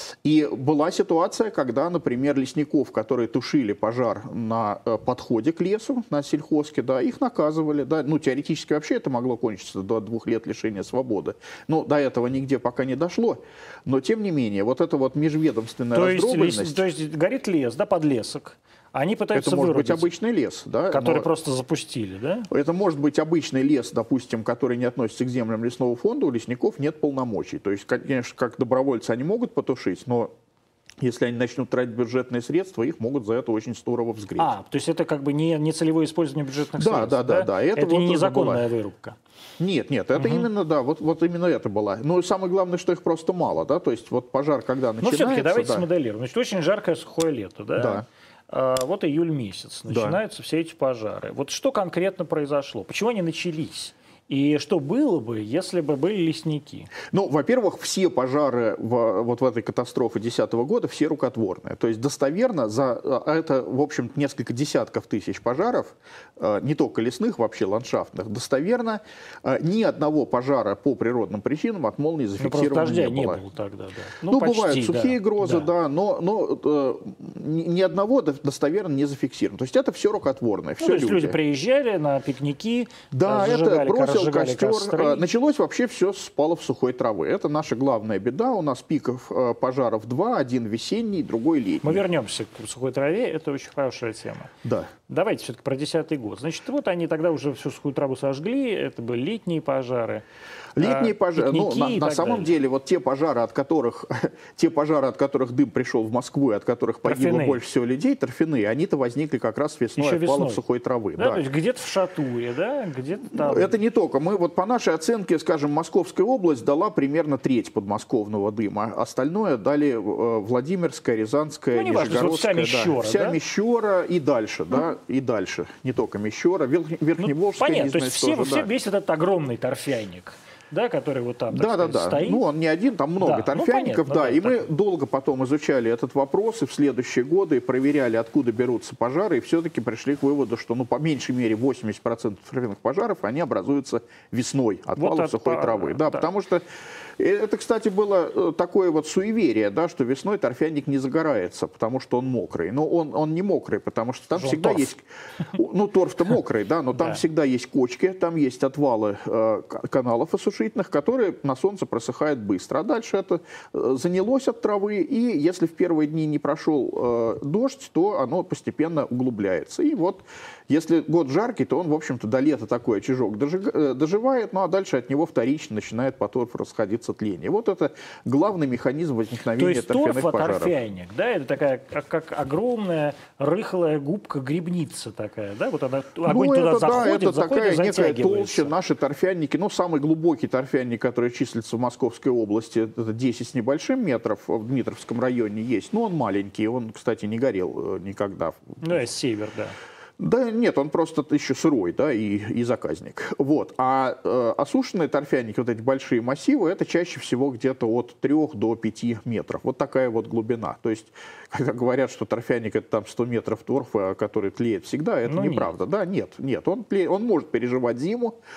И была ситуация, когда, например, лесников, которые тушили пожар на подходе к лесу, на сельхозке, да, их наказывали. Да? Ну, теоретически вообще это могло кончиться до двух лет лишения свободы. Но до этого нигде пока не дошло. Но, тем не менее, вот это вот межведомственное То есть, лес, то есть горит лес, да, подлесок. Они пытаются это может вырубить, быть обычный лес, да, который просто запустили, да? Это может быть обычный лес, допустим, который не относится к землям лесного фонда, у лесников нет полномочий. То есть, конечно, как добровольцы они могут потушить, но если они начнут тратить бюджетные средства, их могут за это очень здорово взгреть. А, то есть это как бы не, не целевое использование бюджетных да, средств, да? Да, да, да. Это, это вот не незаконная была... вырубка. Нет, нет, это угу. именно, да, вот, вот именно это было. Но самое главное, что их просто мало, да, то есть вот пожар, когда начинается... Ну, все-таки давайте да. смоделируем. Значит, очень жаркое сухое лето, да? Да. А, вот июль месяц, начинаются да. все эти пожары. Вот что конкретно произошло? Почему они начались? И что было бы, если бы были лесники? Ну, во-первых, все пожары в, вот в этой катастрофе две тысячи десятого года, все рукотворные. То есть достоверно за это, в общем, несколько десятков тысяч пожаров, не только лесных, вообще ландшафтных, достоверно ни одного пожара по природным причинам от молнии зафиксировано ну, не, не было. Не было тогда, да. Ну, ну почти, бывают сухие да, грозы, да, да но, но э, ни одного достоверно не зафиксировано. То есть это все рукотворное, все ну, то есть люди. люди приезжали на пикники, да, это бросил костер. Костры. Началось вообще все с спалов сухой травы. Это наша главная беда. У нас пиков э, пожаров два, один весенний, другой летний. Мы вернемся к сухой траве, это очень хорошая тема. Да. Давайте все-таки про десятый год. Значит, вот они тогда уже всю сухую траву сожгли, это были летние пожары. Летние пожары, ну, на, на самом далее. деле, вот те пожары, от которых, те пожары, от которых дым пришел в Москву, и от которых погибло торфяные. больше всего людей, торфяные, они-то возникли как раз весной Еще от валов сухой травы. Да, да. То есть где-то в Шатуре, да, где-то там. Это не только. Мы вот по нашей оценке, скажем, Московская область дала примерно треть подмосковного дыма. Остальное дали э, Владимирская, Рязанская, ну, Нижегородская. Вот вся Мещера, да. Вся да? Мещера и дальше, ну, да, и дальше. Не только Мещера, Верхневолжская. Ну, понятно, то есть все, тоже, все, да. весь этот огромный торфяник. Да, который вот там, да, сказать, да, да. стоит. Ну, он не один, там много да. торфяников, ну, понятно, да. да. И так. мы долго потом изучали этот вопрос, и в следующие годы проверяли, откуда берутся пожары, и все-таки пришли к выводу, что, ну, по меньшей мере, восемьдесят процентов торфяных пожаров, они образуются весной от вот валов сухой пар... травы. Да, да, потому что это, кстати, было такое вот суеверие, да, что весной торфяник не загорается, потому что он мокрый. Но он, он не мокрый, потому что там Жон всегда торф. есть... Ну, торф-то мокрый, да, но там да. всегда есть кочки, там есть отвалы э, каналов осушительных, которые на солнце просыхают быстро. А дальше это э, занялось от травы, и если в первые дни не прошел э, дождь, то оно постепенно углубляется. И вот, если год жаркий, то он, в общем-то, до лета такой очажок доживает, ну а дальше от него вторично начинает по торфу расходиться тление. Вот это главный механизм возникновения торфяных пожаров. То есть торф-торфяник, да, это такая, как, как огромная рыхлая губка-грибница такая, да, вот она, огонь ну, туда это, заходит, да, это заходит, такая некая толща, наши торфяники, ну, самый глубокий торфяник, который числится в Московской области, это десять с небольшим метров, в Дмитровском районе есть, но он маленький, он, кстати, не горел никогда. Ну, это север, да. Да нет, он просто еще сырой, да, и, и заказник. Вот. А э, осушенные торфяники, вот эти большие массивы, это чаще всего где-то от трёх до пяти метров. Вот такая вот глубина. То есть, когда говорят, что торфяник это там сто метров торфа, который тлеет всегда, это ну, неправда. Нет. Да, нет, нет. Он, тлеет, он может переживать зиму.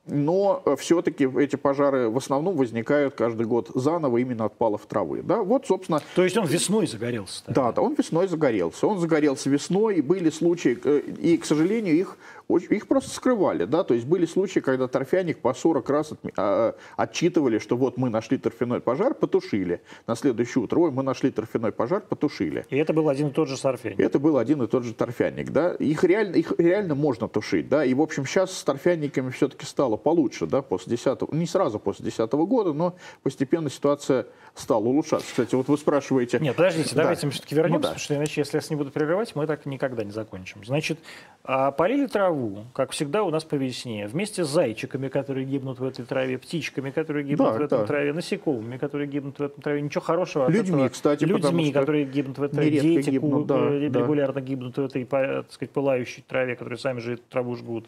но все-таки эти пожары в основном возникают каждый год заново именно от палов травы. Да? Вот, собственно, То есть он весной загорелся? Да, да, он весной загорелся. Он загорелся весной, и были случаи, и, к сожалению, их, их просто скрывали. Да? То есть были случаи, когда торфяник по сорок раз от, а, отчитывали, что вот мы нашли торфяной пожар, потушили. На следующее утро, ой, мы нашли торфяной пожар, потушили. И это был один и тот же торфяник? Это был один и тот же торфяник. Да? Их, реально, их реально можно тушить. Да? И, в общем, сейчас с торфяниками все-таки стало получше. Да? После десятого, не сразу после две тысячи десятого года, но постепенно ситуация стала улучшаться. Кстати, вот вы спрашиваете... Нет, подождите, да. давайте мы все-таки вернемся, ну, да. потому что иначе, если я вас не буду прерывать, мы так никогда не закончим. Значит, полили траву, как всегда у нас по весне, вместе с зайчиками, которые гибнут в этой траве, птичками, которые гибнут да, в этом да. траве, насекомыми, которые гибнут в этом траве. Ничего хорошего. Людьми, этого, кстати, людьми, которые гибнут в этой траве, дети гибнут, да, регулярно да. гибнут в этой, так сказать, пылающей траве, которые сами же эту траву жгут.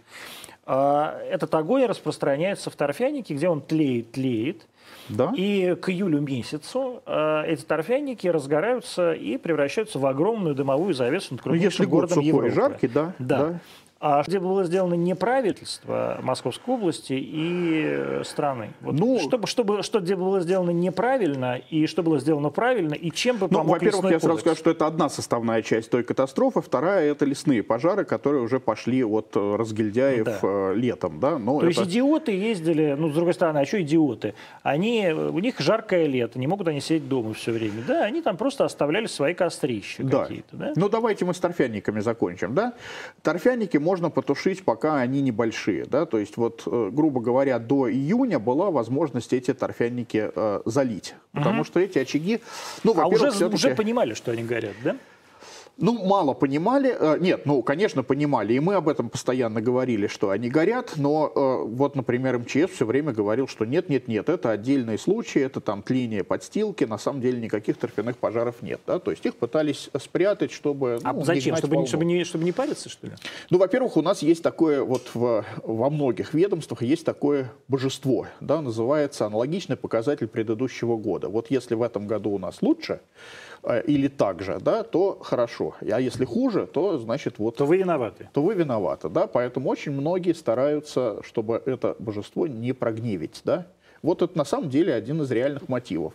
Этот огонь распространяется в торфянике, где он тлеет, тлеет. Да? И к июлю месяцу э, эти торфяники разгораются и превращаются в огромную дымовую завесу над крупнейшим городом Европы. Если год сухой и жаркий, да. да. да. А где было сделано неправительство Московской области и страны? Вот ну, чтобы, чтобы, что где было сделано неправильно, и что было сделано правильно, и чем бы ну, помог во-первых, я лесной сразу кодекс? скажу, что это одна составная часть той катастрофы, вторая – это лесные пожары, которые уже пошли от разгильдяев да. летом. Да? Но То это... есть идиоты ездили, ну, с другой стороны, а что идиоты? Они, у них жаркое лето, не могут они сидеть дома все время. Да, они там просто оставляли свои кострища да. какие-то. Да? Ну, давайте мы с торфяниками закончим. Да? Торфяники можно потушить, пока они небольшие. Да? То есть, вот, грубо говоря, до июня была возможность эти торфяники э, залить. Потому угу. что эти очаги... Ну, а уже, уже понимали, что они горят, да? Ну, мало понимали. Нет, ну, конечно, понимали. И мы об этом постоянно говорили, что они горят. Но вот, например, МЧС все время говорил, что нет, нет, нет, это отдельные случаи, это там тление подстилки. На самом деле никаких торфяных пожаров нет. Да? То есть их пытались спрятать, чтобы... А ну, зачем? Чтобы, чтобы, не, чтобы не париться, что ли? Ну, во-первых, у нас есть такое, вот в, во многих ведомствах есть такое божество. Да? Называется аналогичный показатель предыдущего года. Вот если в этом году у нас лучше или так же, да, то хорошо. А если хуже, то значит вот... То вы виноваты. То вы виноваты, да. Поэтому очень многие стараются, чтобы это божество не прогневить, да. Вот это на самом деле один из реальных мотивов.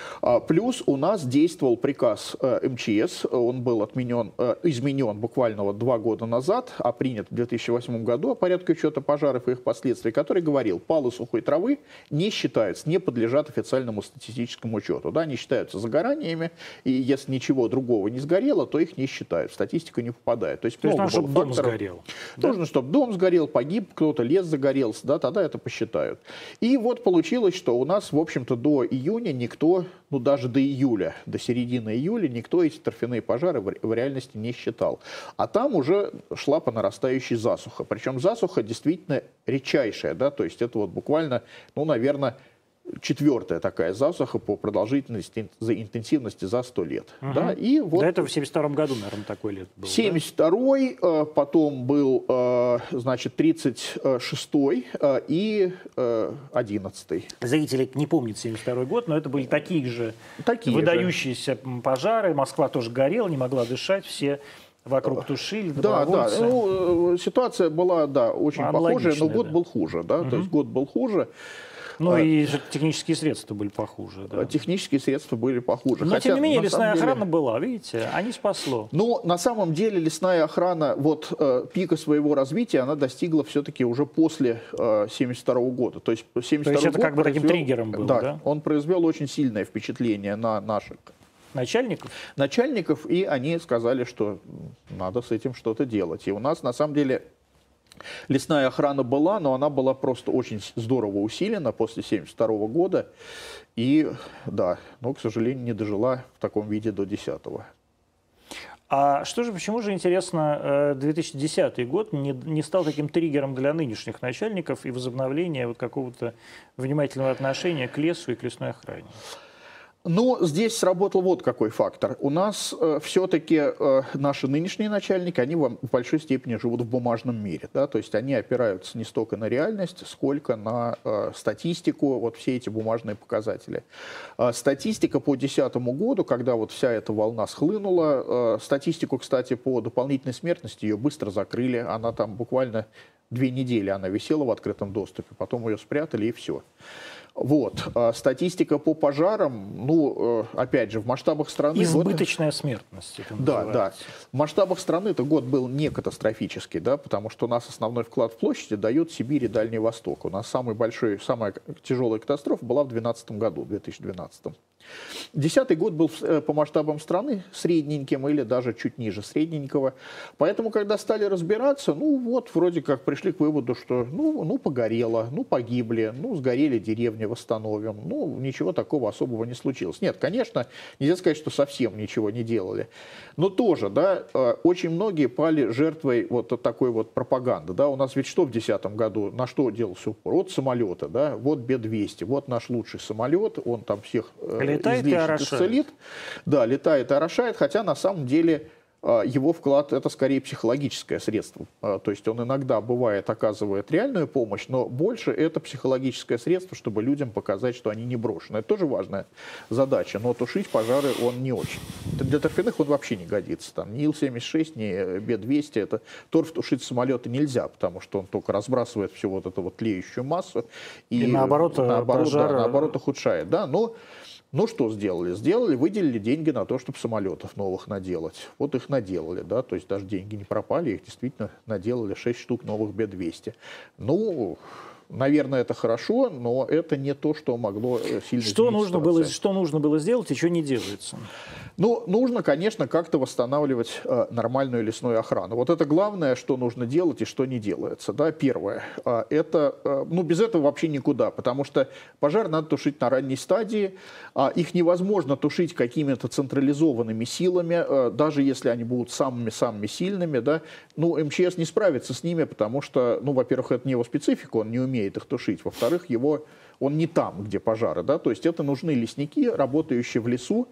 Плюс у нас действовал приказ МЧС, он был отменен, изменен буквально вот два года назад, а принят в две тысячи восьмом году о порядке учета пожаров и их последствий, который говорил, палы сухой травы не считаются, не подлежат официальному статистическому учету. Да, они считаются загораниями, и если ничего другого не сгорело, то их не считают, в статистику не попадает. То есть, то есть нужно, чтобы дом сгорел. Нужно, да? чтобы дом сгорел, погиб кто-то, лес загорелся, да, тогда это посчитают. И вот получилось, что у нас, в общем-то, до июня никто, ну даже до июля, до середины июля, никто эти торфяные пожары в, в реальности не считал. А там уже шла по нарастающей засуха. Причем засуха действительно редчайшая, да, то есть это вот буквально, ну, наверное, четвертая такая засуха по продолжительности, за интенсивности за сто лет. Угу. Да? И вот до этого в семьдесят втором году, наверное, такой лет был. семьдесят второй, да? Потом был, значит, тридцать шестой и одиннадцатый. Зрители не помнят семьдесят второй год, но это были такие же такие выдающиеся же. пожары. Москва тоже горела, не могла дышать, все... Вокруг тушили, да, да. Ну, ситуация была, да, очень похожая, но год да. был хуже, да, угу. то есть год был хуже. Ну а, и технические средства были похуже. Да. Технические средства были похуже. Но Хотя, тем не менее лесная деле... охрана была, видите, а не спасло. Ну, на самом деле лесная охрана, вот э, пика своего развития, она достигла все-таки уже после э, семьдесят второго года. То есть семьдесят второй То есть это год как бы произвел, таким триггером был, да, да? Он произвел очень сильное впечатление на наших начальников? Начальников, и они сказали, что надо с этим что-то делать. И у нас, на самом деле, лесная охрана была, но она была просто очень здорово усилена после семьдесят второго года. И, да, но, к сожалению, не дожила в таком виде до десятого. А что же, почему же, интересно, две тысячи десятый год не, не стал таким триггером для нынешних начальников и возобновления вот какого-то внимательного отношения к лесу и к лесной охране? Но здесь сработал вот какой фактор. У нас э, все-таки э, наши нынешние начальники, они в большой степени живут в бумажном мире. Да? То есть они опираются не столько на реальность, сколько на э, статистику, вот все эти бумажные показатели. Э, статистика по две тысячи десятому году, когда вот вся эта волна схлынула, э, статистику, кстати, по дополнительной смертности ее быстро закрыли. Она там буквально две недели она висела в открытом доступе, потом ее спрятали и все. Вот. А статистика по пожарам, ну, опять же, в масштабах страны... Избыточная год... смертность. Это да, да. В масштабах страны этот год был не катастрофический, да, потому что у нас основной вклад в площади дает Сибирь и Дальний Восток. У нас самый большой, самая тяжелая катастрофа была в две тысячи двенадцатом году, две тысячи двенадцатом. Десятый год был по масштабам страны средненьким или даже чуть ниже средненького. Поэтому, когда стали разбираться, ну вот, вроде как пришли к выводу, что ну, ну погорело, ну погибли, ну сгорели деревни, восстановим. Ну, ничего такого особого не случилось. Нет, конечно, нельзя сказать, что совсем ничего не делали. Но тоже, да, очень многие пали жертвой вот такой вот пропаганды. Да. У нас ведь что в две тысячи десятом году, на что делался упор? Вот самолеты, да, вот Б двести, вот наш лучший самолет, он там всех... Летает и орошает. Да, летает и орошает, хотя на самом деле его вклад это скорее психологическое средство. То есть он иногда бывает оказывает реальную помощь, но больше это психологическое средство, чтобы людям показать, что они не брошены. Это тоже важная задача, но тушить пожары он не очень. Для торфяных он вообще не годится. Там, ни Ил семьдесят шесть, ни Б двести, это торф тушить самолеты нельзя, потому что он только разбрасывает всю вот эту вот тлеющую массу и, и наоборот, наоборот, пожар... да, наоборот ухудшает. Да? Но Ну, что сделали? Сделали, выделили деньги на то, чтобы самолетов новых наделать. Вот их наделали, да, то есть даже деньги не пропали, их действительно наделали шесть штук новых Б двести. Ну, наверное, это хорошо, но это не то, что могло сильно что нужно было, что нужно было сделать и что не делается? Ну, нужно, конечно, как-то восстанавливать э, нормальную лесную охрану. Вот это главное, что нужно делать и что не делается. Да? Первое, э, это, э, ну, без этого вообще никуда, потому что пожар надо тушить на ранней стадии, э, их невозможно тушить какими-то централизованными силами, э, даже если они будут самыми-самыми сильными, да? Ну, эм че эс не справится с ними, потому что, ну, во-первых, это не его специфика, он не умеет их тушить, во-вторых, его, он не там, где пожары, да? То есть это нужны лесники, работающие в лесу.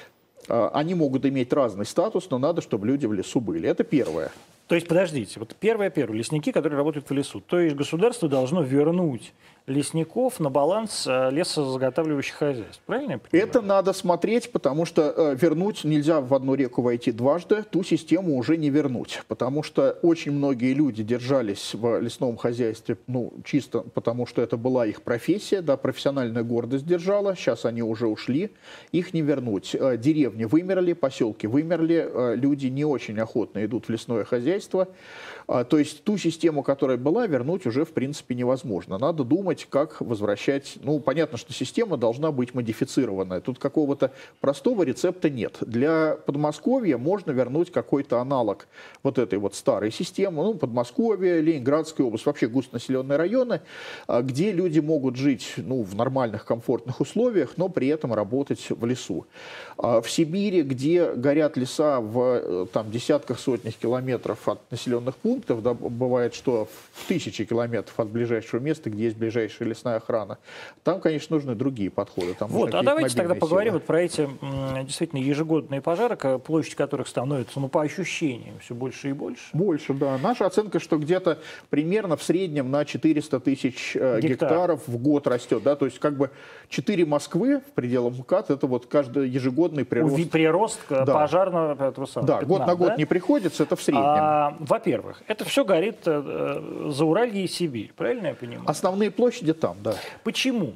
Они могут иметь разный статус, но надо, чтобы люди в лесу были. Это первое. То есть, подождите, вот первое-первое, лесники, которые работают в лесу. То есть государство должно вернуть лесников на баланс лесозаготавливающих хозяйств. Правильно я понимаю? Это надо смотреть, потому что э, вернуть нельзя в одну реку войти дважды, ту систему уже не вернуть. Потому что очень многие люди держались в лесном хозяйстве, ну, чисто потому что это была их профессия, да, профессиональная гордость держала, сейчас они уже ушли, их не вернуть. Э, деревни вымерли, поселки вымерли, э, люди не очень охотно идут в лесное хозяйство. Э, то есть ту систему, которая была, вернуть уже в принципе невозможно. Надо думать, как возвращать. Ну, понятно, что система должна быть модифицированная. Тут какого-то простого рецепта нет. Для Подмосковья можно вернуть какой-то аналог вот этой вот старой системы. Ну, Подмосковье, Ленинградская область, вообще густонаселенные районы, где люди могут жить, ну, в нормальных, комфортных условиях, но при этом работать в лесу. В Сибири, где горят леса в там, десятках, сотнях километров от населенных пунктов, да, бывает, что в тысячи километров от ближайшего места, где есть ближайшая лесная охрана. Там, конечно, нужны другие подходы. Там вот, а давайте тогда силы. поговорим вот про эти действительно ежегодные пожары, площадь которых становится, ну, по ощущениям, все больше и больше. Больше, да. Наша оценка, что где-то примерно в среднем на четыреста тысяч Гектар. гектаров в год растет. Да? То есть как бы четыре Москвы в пределах МКАД, это вот каждый ежегодный прирост. Прирост да. пожарного пятнадцать. Да, год на год да? не приходится, это в среднем. А, во-первых, это все горит э, Зауралье и Сибирь, правильно я понимаю? Основные площади там, да. Почему?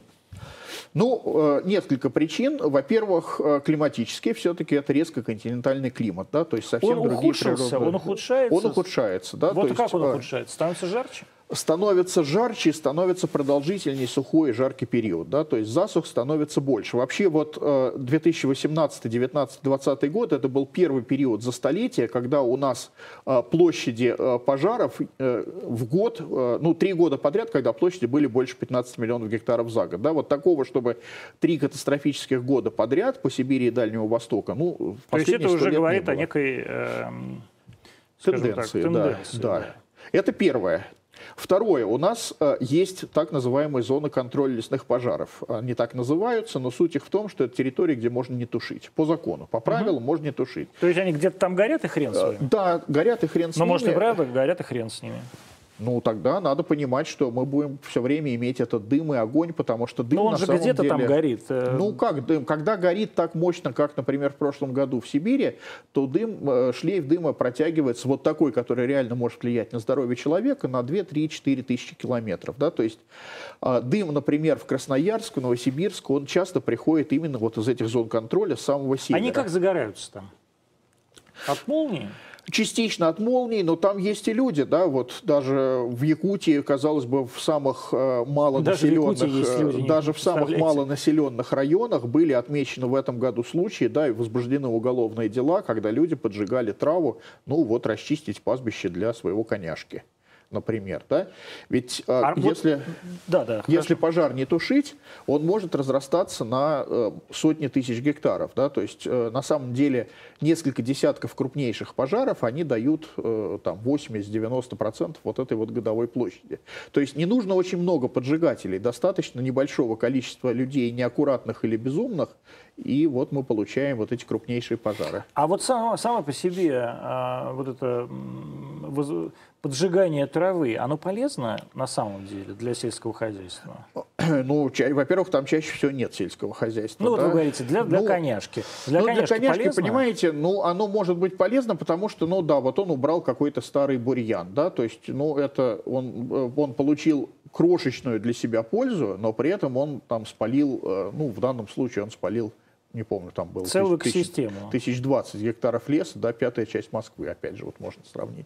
Ну, несколько причин. Во-первых, климатические, все-таки это резко континентальный климат, да, то есть совсем он другие ухудшился, природные... Он ухудшается? Он ухудшается, да. Вот то как есть, он ухудшается? Становится жарче? Становится жарче, становится продолжительнее сухой и жаркий период, да, то есть засух становится больше. Вообще вот две тысячи восемнадцатый, девятнадцатый, двадцатый год это был первый период за столетие, когда у нас площади пожаров в год, ну три года подряд, когда площади были больше пятнадцати миллионов гектаров за год, да, вот такого, чтобы три катастрофических года подряд по Сибири и Дальнему Востоку, ну, в то есть это уже говорит не о некой э, тенденции, так, тенденции, да, да. да. Это первое. Второе. У нас э, есть так называемые зоны контроля лесных пожаров. Они так называются, но суть их в том, что это территория, где можно не тушить. По закону, по правилам угу. можно не тушить. То есть они где-то там горят и хрен с вами? Э, да, горят и хрен с но, ними. Но может и правда горят и хрен с ними. Ну, тогда надо понимать, что мы будем все время иметь этот дым и огонь, потому что дым Но он на же самом где-то деле... там горит. Ну, как дым? Когда горит так мощно, как, например, в прошлом году в Сибири, то дым, шлейф дыма протягивается вот такой, который реально может влиять на здоровье человека на две, три, четыре тысячи километров. Да? То есть дым, например, в Красноярск, в Новосибирск, он часто приходит именно вот из этих зон контроля с самого севера. Они как загораются там? От молнии? Частично от молний, но там есть и люди, да, вот даже в Якутии, казалось бы, в самых э, малонаселенных, даже в, Якутии есть люди, даже в самых малонаселенных районах были отмечены в этом году случаи, да, и возбуждены уголовные дела, когда люди поджигали траву, ну вот расчистить пастбище для своего коняшки, например, да, ведь э, а если, вот, да, да, если пожар не тушить, он может разрастаться на э, сотни тысяч гектаров, да, то есть э, на самом деле несколько десятков крупнейших пожаров, они дают э, там восемьдесят-девяносто процентов вот этой вот годовой площади. То есть не нужно очень много поджигателей, достаточно небольшого количества людей, неаккуратных или безумных, и вот мы получаем вот эти крупнейшие пожары. А вот само, само по себе а, вот это воз, поджигание травы, оно полезно на самом деле для сельского хозяйства? Ну, во-первых, там чаще всего нет сельского хозяйства. Ну, да? вот вы говорите, для, для ну, коняшки. Для ну, коняшки, для коняшки, полезно? Понимаете, ну, оно может быть полезно, потому что, ну, да, вот он убрал какой-то старый бурьян, да, то есть, ну, это он, он получил крошечную для себя пользу, но при этом он там спалил, ну, в данном случае он спалил, не помню, там было целую тысяч, экосистему. тысяч двадцать гектаров леса, да, пятая часть Москвы, опять же, вот можно сравнить.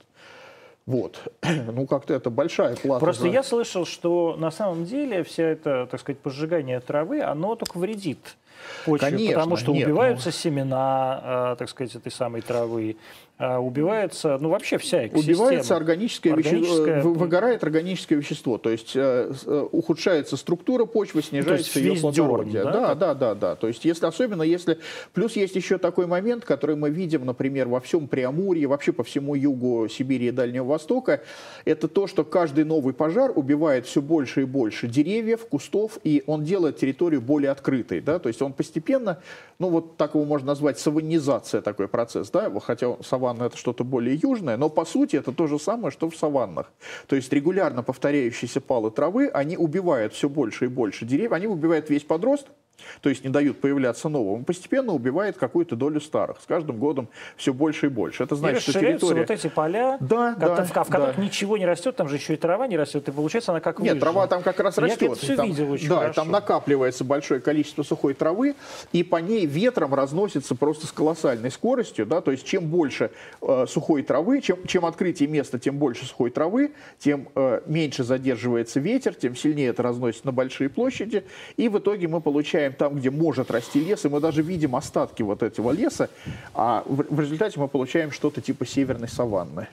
Вот. Ну, как-то это большая плата. Просто за... я слышал, что на самом деле вся это, так сказать, поджигание травы, оно только вредит почве, Конечно, потому что нет, убиваются ну... семена, так сказать, этой самой травы, убивается, ну, вообще вся экосистема. Убивается органическое, органическое... вещество, выгорает органическое вещество, то есть э, ухудшается структура почвы, снижается ее плодородие. Да? Да, да, да, да. То есть, если, особенно если... Плюс есть еще такой момент, который мы видим, например, во всем Преамурье, вообще по всему югу Сибири и Дальнего Востока, это то, что каждый новый пожар убивает все больше и больше деревьев, кустов, и он делает территорию более открытой. Да? То есть он постепенно, ну вот так его можно назвать, саваннизация, такой процесс, да? Хотя саванна это что-то более южное, но по сути это то же самое, что в саваннах. То есть регулярно повторяющиеся палы травы, они убивают все больше и больше деревьев, они убивают весь подрост, то есть не дают появляться новым, постепенно убивает какую-то долю старых. С каждым годом все больше и больше. Это значит, и что территория... вот эти поля, да, да, в, в которых да. ничего не растет, там же еще и трава не растет, и получается она как выжжена. Нет, трава там как раз растет. Я это все там, видел очень да, хорошо. Там накапливается большое количество сухой травы, и по ней ветром разносится просто с колоссальной скоростью. Да, то есть чем больше э, сухой травы, чем, чем открытие места, тем больше сухой травы, тем э, меньше задерживается ветер, тем сильнее это разносится на большие площади, и в итоге мы получаем там, где может расти лес, и мы даже видим остатки вот этого леса, а в, в результате мы получаем что-то типа северной саванны.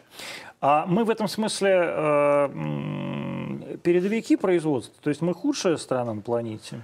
А мы в этом смысле э, передовики производства, то есть мы худшая страна на планете?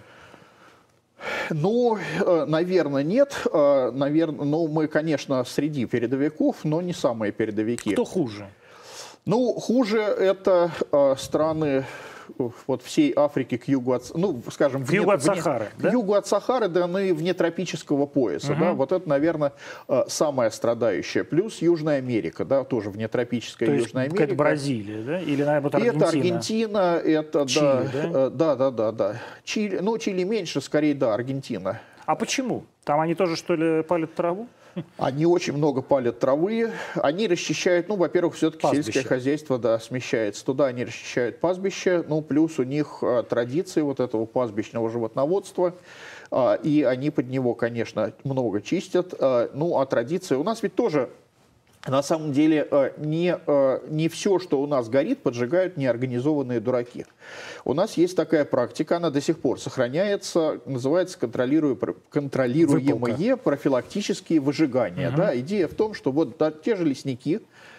Ну, наверное, нет. Наверное, ну, мы, конечно, среди передовиков, но не самые передовики. Кто хуже? Ну, хуже это страны... вот всей Африки к югу от, ну, скажем, к вне, югу от вне, Сахары, к да? югу от Сахары, да, ну и вне тропического пояса, угу. да, вот это, наверное, самое страдающее. Плюс Южная Америка, да, тоже внетропическая Южная Америка. Это Бразилия, да? Или, наверное, Аргентина? Это Аргентина, это, Чили, да, да? Да, да, да, да. Чили, ну, Чили меньше, скорее, да, Аргентина. А почему? Там они тоже, что ли, палят траву? Они очень много палят травы, они расчищают, ну, во-первых, все-таки сельское хозяйство, да, смещается туда, они расчищают пастбище, ну, плюс у них а, традиции вот этого пастбищного животноводства, а, и они под него, конечно, много чистят, а, ну, а традиции у нас ведь тоже... На самом деле не, не все, что у нас горит, поджигают неорганизованные дураки. У нас есть такая практика, она до сих пор сохраняется, называется контролируемые Выпалка. профилактические выжигания. Угу. Да? Идея в том, что вот да, те же лесники,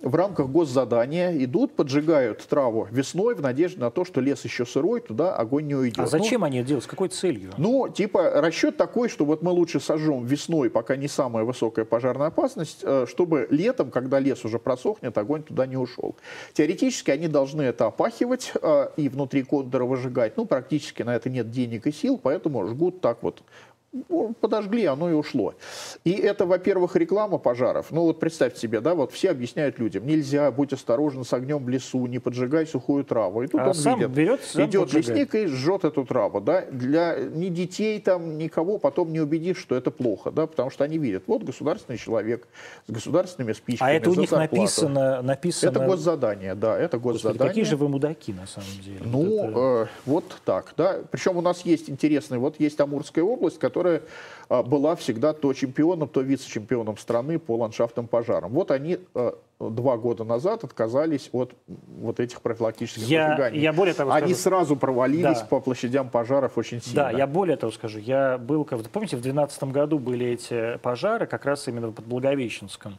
в рамках госзадания идут, поджигают траву весной в надежде на то, что лес еще сырой, туда огонь не уйдет. А зачем ну, они это делают? С какой целью? Ну, типа, расчет такой, что вот мы лучше сожжем весной, пока не самая высокая пожарная опасность, чтобы летом, когда лес уже просохнет, огонь туда не ушел. Теоретически они должны это опахивать и внутри контура выжигать. Ну, практически на это нет денег и сил, поэтому жгут так вот. Ну, подожгли, оно и ушло. И это, во-первых, реклама пожаров. Ну вот представьте себе, да, вот все объясняют людям, нельзя, будь осторожен с огнем в лесу, не поджигай сухую траву. И тут а он сам видит, берет, сам идет поджигает. лесник и жжет эту траву. Да? Для ни детей, там, никого потом не убедишь, что это плохо, да, потому что они видят, вот государственный человек с государственными спичками. А это у за них зарплату. написано, написано... Это госзадание, да, это госзадание. Господи, какие же вы мудаки, на самом деле. Ну, вот, это... э, вот так, да. Причем у нас есть интересный, вот есть Амурская область, которая э, была всегда то чемпионом, то вице-чемпионом страны по ландшафтным пожарам. Вот они э, два года назад отказались от вот этих профилактических я, поджиганий. я более того Они скажу, сразу провалились да. по площадям пожаров очень сильно. Да, я более того скажу, я был, помните, в две тысячи двенадцатом году были эти пожары, как раз именно под Благовещенском.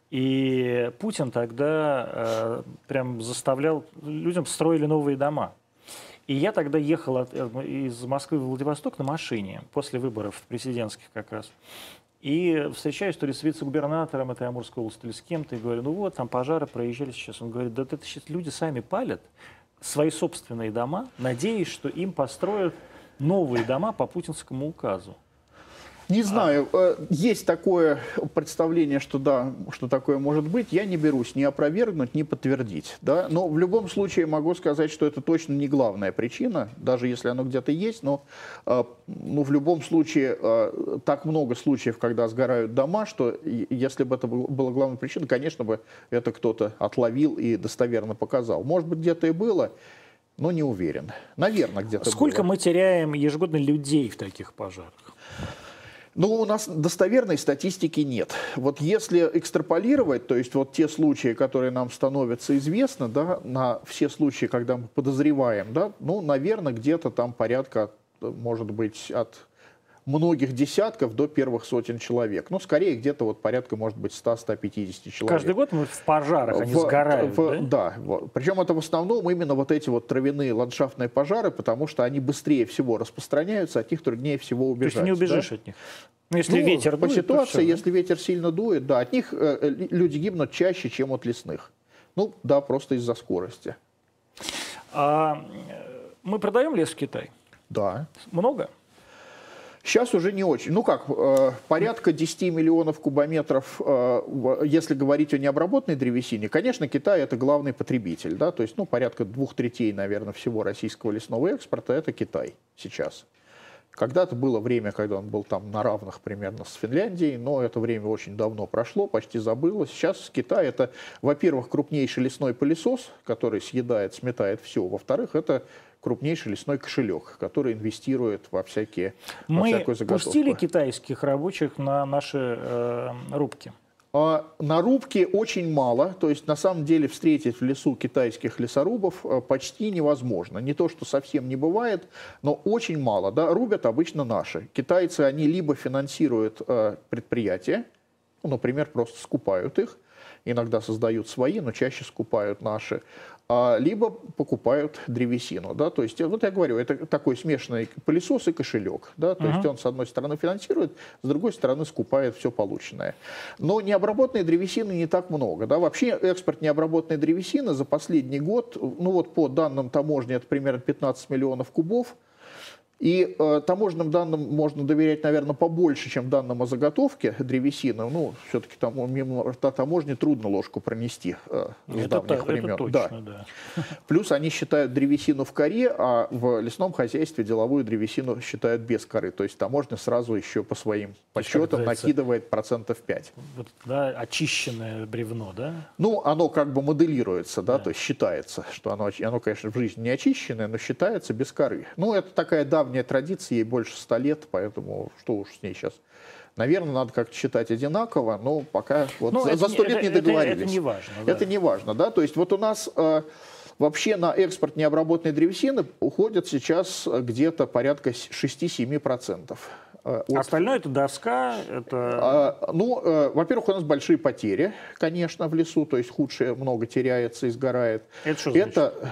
И Путин тогда э, прям заставлял, людям строили новые дома. И я тогда ехал от, из Москвы в Владивосток на машине, после выборов президентских как раз. И встречаюсь то ли с вице-губернатором этой Амурской области, то ли с кем-то, и говорю, ну вот, там пожары проезжали сейчас. Он говорит, да это сейчас люди сами палят свои собственные дома, надеясь, что им построят новые дома по путинскому указу. Не знаю, есть такое представление, что да, что такое может быть. Я не берусь ни опровергнуть, ни подтвердить. Да? Но в любом случае могу сказать, что это точно не главная причина, даже если оно где-то есть. Но ну, в любом случае так много случаев, когда сгорают дома, что если бы это была главная причина, конечно бы это кто-то отловил и достоверно показал. Может быть, где-то и было, но не уверен. Наверное, где-то было. Сколько мы теряем ежегодно людей в таких пожарах? Ну, у нас достоверной статистики нет. Вот если экстраполировать, то есть вот те случаи, которые нам становятся известны, да, на все случаи, когда мы подозреваем, да, ну, наверное, где-то там порядка, может быть, от многих десятков до первых сотен человек. Ну, скорее, где-то вот порядка, может быть, ста-ста пятидесяти человек. Каждый год мы в пожарах, они в, сгорают, в, да? Да. Вот. Причем это в основном именно вот эти вот травяные ландшафтные пожары, потому что они быстрее всего распространяются, от них труднее всего убежать. То есть не убежишь да? от них? Ну, если ну, ветер по дует, ситуации, то все, если ветер сильно дует, да, от них э, люди гибнут чаще, чем от лесных. Ну, да, просто из-за скорости. А мы продаем лес в Китай? Да. Много? Сейчас уже не очень. Ну как, э, порядка десяти миллионов кубометров, э, если говорить о необработанной древесине, конечно, Китай это главный потребитель, да, то есть, ну, порядка двух третей, наверное, всего российского лесного экспорта это Китай сейчас. Когда-то было время, когда он был там на равных примерно с Финляндией, но это время очень давно прошло, почти забылось. Сейчас Китай это, во-первых, крупнейший лесной пылесос, который съедает, сметает все. Во-вторых, это крупнейший лесной кошелек, который инвестирует во всякие во Мы всякую заготовку. пустили китайских рабочих на наши э, рубки? А на рубке очень мало, то есть на самом деле встретить в лесу китайских лесорубов почти невозможно. Не то, что совсем не бывает, но очень мало. Да? Рубят обычно наши. Китайцы, они либо финансируют э, предприятия, ну, например, просто скупают их, иногда создают свои, но чаще скупают наши, а, либо покупают древесину. Да? То есть, вот я говорю, это такой смешанный пылесос и кошелек. Да? То uh-huh. есть он с одной стороны финансирует, с другой стороны скупает все полученное. Но необработанной древесины не так много. Да? Вообще экспорт необработанной древесины за последний год, ну вот по данным таможни, это примерно пятнадцать миллионов кубов. И э, таможенным данным можно доверять, наверное, побольше, чем данным о заготовке древесины. Ну, все-таки там мимо рта таможни трудно ложку пронести э, с это давних та, времен. Это точно, да. Да. Плюс они считают древесину в коре, а в лесном хозяйстве деловую древесину считают без коры. То есть таможня сразу еще по своим подсчетам накидывает процентов пять. Вот, да, очищенное бревно, да? Ну, оно как бы моделируется, да, да. то есть считается, что оно, оно, конечно, в жизни не очищенное, но считается без коры. Ну, это такая давняя традиция, ей больше ста лет, поэтому что уж с ней сейчас. Наверное, надо как-то считать одинаково, но пока вот ну, за сто лет это, не договорились. Это, это не важно. Да. Это не важно, да, то есть вот у нас э, вообще на экспорт необработанной древесины уходит сейчас где-то порядка шесть-семь процентов. э, от... Остальное это доска, это... А, ну, э, во-первых, у нас большие потери, конечно, в лесу, то есть худшее много теряется и сгорает. Это что значит? Это...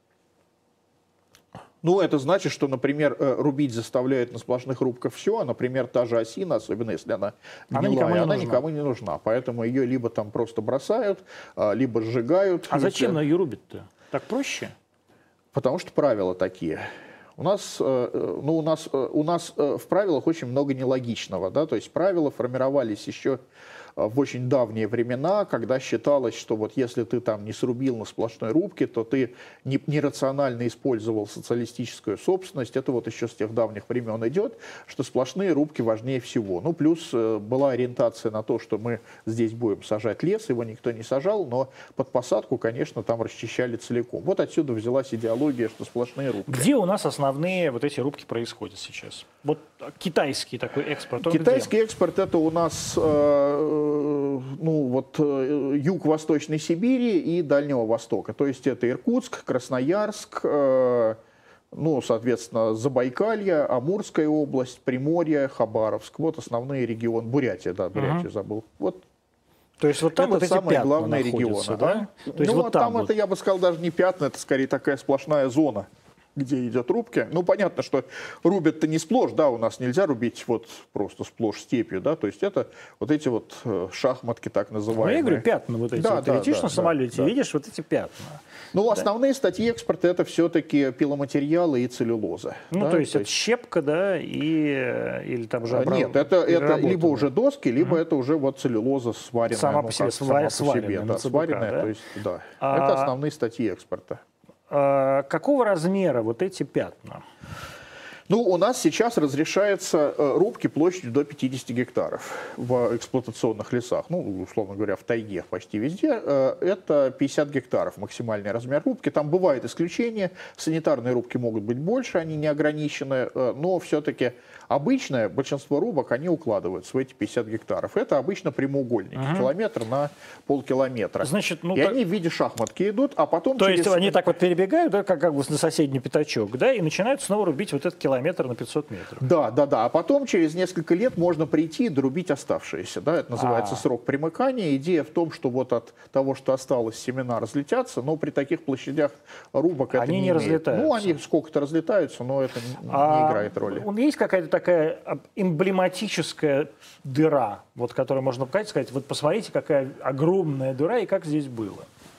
Ну, это значит, что, например, э, рубить заставляет на сплошных рубках все, а, например, та же осина, особенно если она Она гнилая, никому не она нужна. никому не нужна. Поэтому ее либо там просто бросают, а, либо сжигают. А если- зачем ее рубят-то? Так проще? Потому что правила такие. У нас, э, э, ну, у нас, э, у нас э, в правилах очень много нелогичного. Да? То есть правила формировались еще э, в очень давние времена, когда считалось, что вот если ты там не срубил на сплошной рубке, то ты не- нерационально использовал социалистическую собственность. Это вот еще с тех давних времен идет, что сплошные рубки важнее всего. Ну, плюс э, была ориентация на то, что мы здесь будем сажать лес, его никто не сажал, но под посадку, конечно, там расчищали целиком. Вот отсюда взялась идеология, что сплошные рубки. Где у нас основные вот эти рубки происходят сейчас? Вот китайский такой экспорт. он Китайский экспорт это у нас э, ну, вот, э, юг Восточной Сибири и Дальнего Востока. То есть это Иркутск, Красноярск, э, ну, соответственно, Забайкалье, Амурская область, Приморье, Хабаровск. Вот основные регионы. Бурятия, да, Бурятию забыл. Вот. где? То есть вот там Это вот эти самые пятна главные находятся, регионы. да? Да? То есть ну, вот а там, там вот. это, я бы сказал, даже не пятна, это скорее такая сплошная зона, где идет рубки. Ну, понятно, что рубят-то не сплошь, да, у нас нельзя рубить вот просто сплошь степью, да, то есть это вот эти вот э, шахматки так Ну, называемые. я говорю, пятна вот эти. Да, вот ты да, летишь да, на да, самолете, да. видишь вот эти пятна. Ну, основные статьи экспорта это все-таки пиломатериалы и целлюлоза. Ну, да, то есть это щепка, да, и... э, или там же... А, обраб- Нет, это, это переработанная. либо уже доски, либо это уже вот целлюлоза сваренная. Сама ну, по себе, как, сва- сама по сваренная себе, на да, ЦБК, сваренная, да? то есть, да. А- Это основные статьи экспорта. А, какого размера вот эти пятна? Ну, у нас сейчас разрешается э, рубки площадью до пятидесяти гектаров в эксплуатационных лесах. Ну, условно говоря, в тайге почти везде. Э, это пятьдесят гектаров максимальный размер рубки. Там бывают исключения. Санитарные рубки могут быть больше, они не ограничены. Э, но все-таки обычное большинство рубок, они укладываются в эти пятьдесят гектаров. Это обычно прямоугольники. Ага. Километр на полкилометра. Значит, ну, и так- они в виде шахматки идут, а потом То через... есть они так вот перебегают, да, как, как бы на соседний пятачок, да, и начинают снова рубить вот этот километр на пятьсот метров. Да, да, да. А потом через несколько лет можно прийти и дорубить оставшиеся. Да? Это называется А. срок примыкания. Идея в том, что вот от того, что осталось, семена разлетятся, но при таких площадях рубок это Они не не имеет. разлетаются. Ну, они сколько-то разлетаются, но это не, не А играет роли. Он есть какая-то такая эмблематическая дыра, вот, которую можно показать, сказать, вот посмотрите, какая огромная дыра и как здесь было.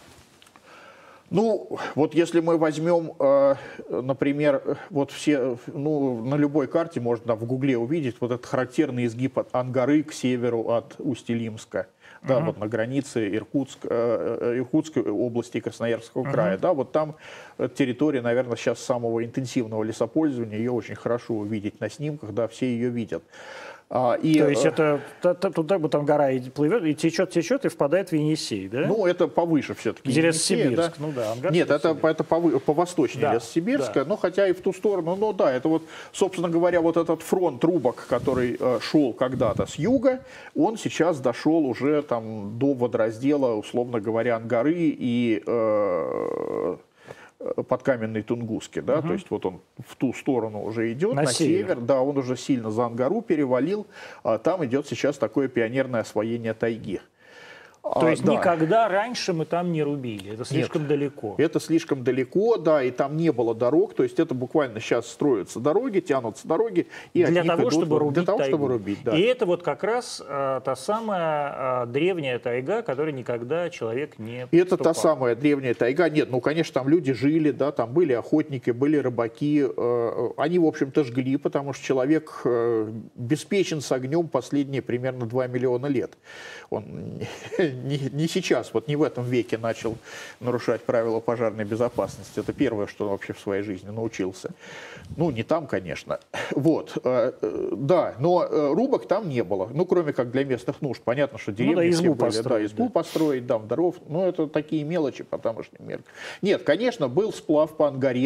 Ну, вот если мы возьмем, э, например, вот все, ну, на любой карте можно в Гугле увидеть вот этот характерный изгиб от Ангары к северу от Усть-Илимска. Да, Ага. вот на границе Иркутск, э, э, Иркутской области и Красноярского Ага. края. Да, вот там э, территория, наверное, сейчас самого интенсивного лесопользования. Ее очень хорошо увидеть на снимках, да, все ее видят. А, и, То есть э, это та- та- туда вот там гора и плывет, и течет, течет, и впадает в Енисей, да? Ну, это повыше все-таки. Где Енисея, Лессибирск, да? ну да, Ангарск, Нет, это, Лессибирск. это повы- повосточнее Да, Лессибирска, да. но хотя и в ту сторону, но да, это вот, собственно говоря, вот этот фронт рубок, который э, шел когда-то с юга, он сейчас дошел уже там до водораздела, условно говоря, Ангары и э, подкаменной Тунгуски, да, Мгм. то есть вот он в ту сторону уже идет, На на, север. север, да, он уже сильно за Ангару перевалил, а там идет сейчас такое пионерное освоение тайги. То А, есть да. никогда раньше мы там не рубили, это слишком далеко. Это слишком далеко, да, и там не было дорог, то есть это буквально сейчас строятся дороги, тянутся дороги, и от Для них того, идут чтобы вот- рубить для того, тайгу. чтобы рубить, да. И это вот как раз а, та самая а, древняя тайга, которой никогда человек не И это та вступал. самая древняя тайга. Нет, ну, конечно, там люди жили, да, там были охотники, были рыбаки. э, Они, в общем-то, жгли, потому что человек э, беспечен с огнем последние примерно два миллиона лет. Он не, не сейчас, вот не в этом веке начал нарушать правила пожарной безопасности. Это первое, что он вообще в своей жизни научился. Ну, не там, конечно. Вот, э, э, да, но э, рубок там не было. Ну, кроме как для местных нужд. Понятно, что деревни да, все избу были, да, построить, избу да. построить, дом, дров. Ну, это такие мелочи по тамошним меркам. Нет, конечно, был сплав по Ангаре.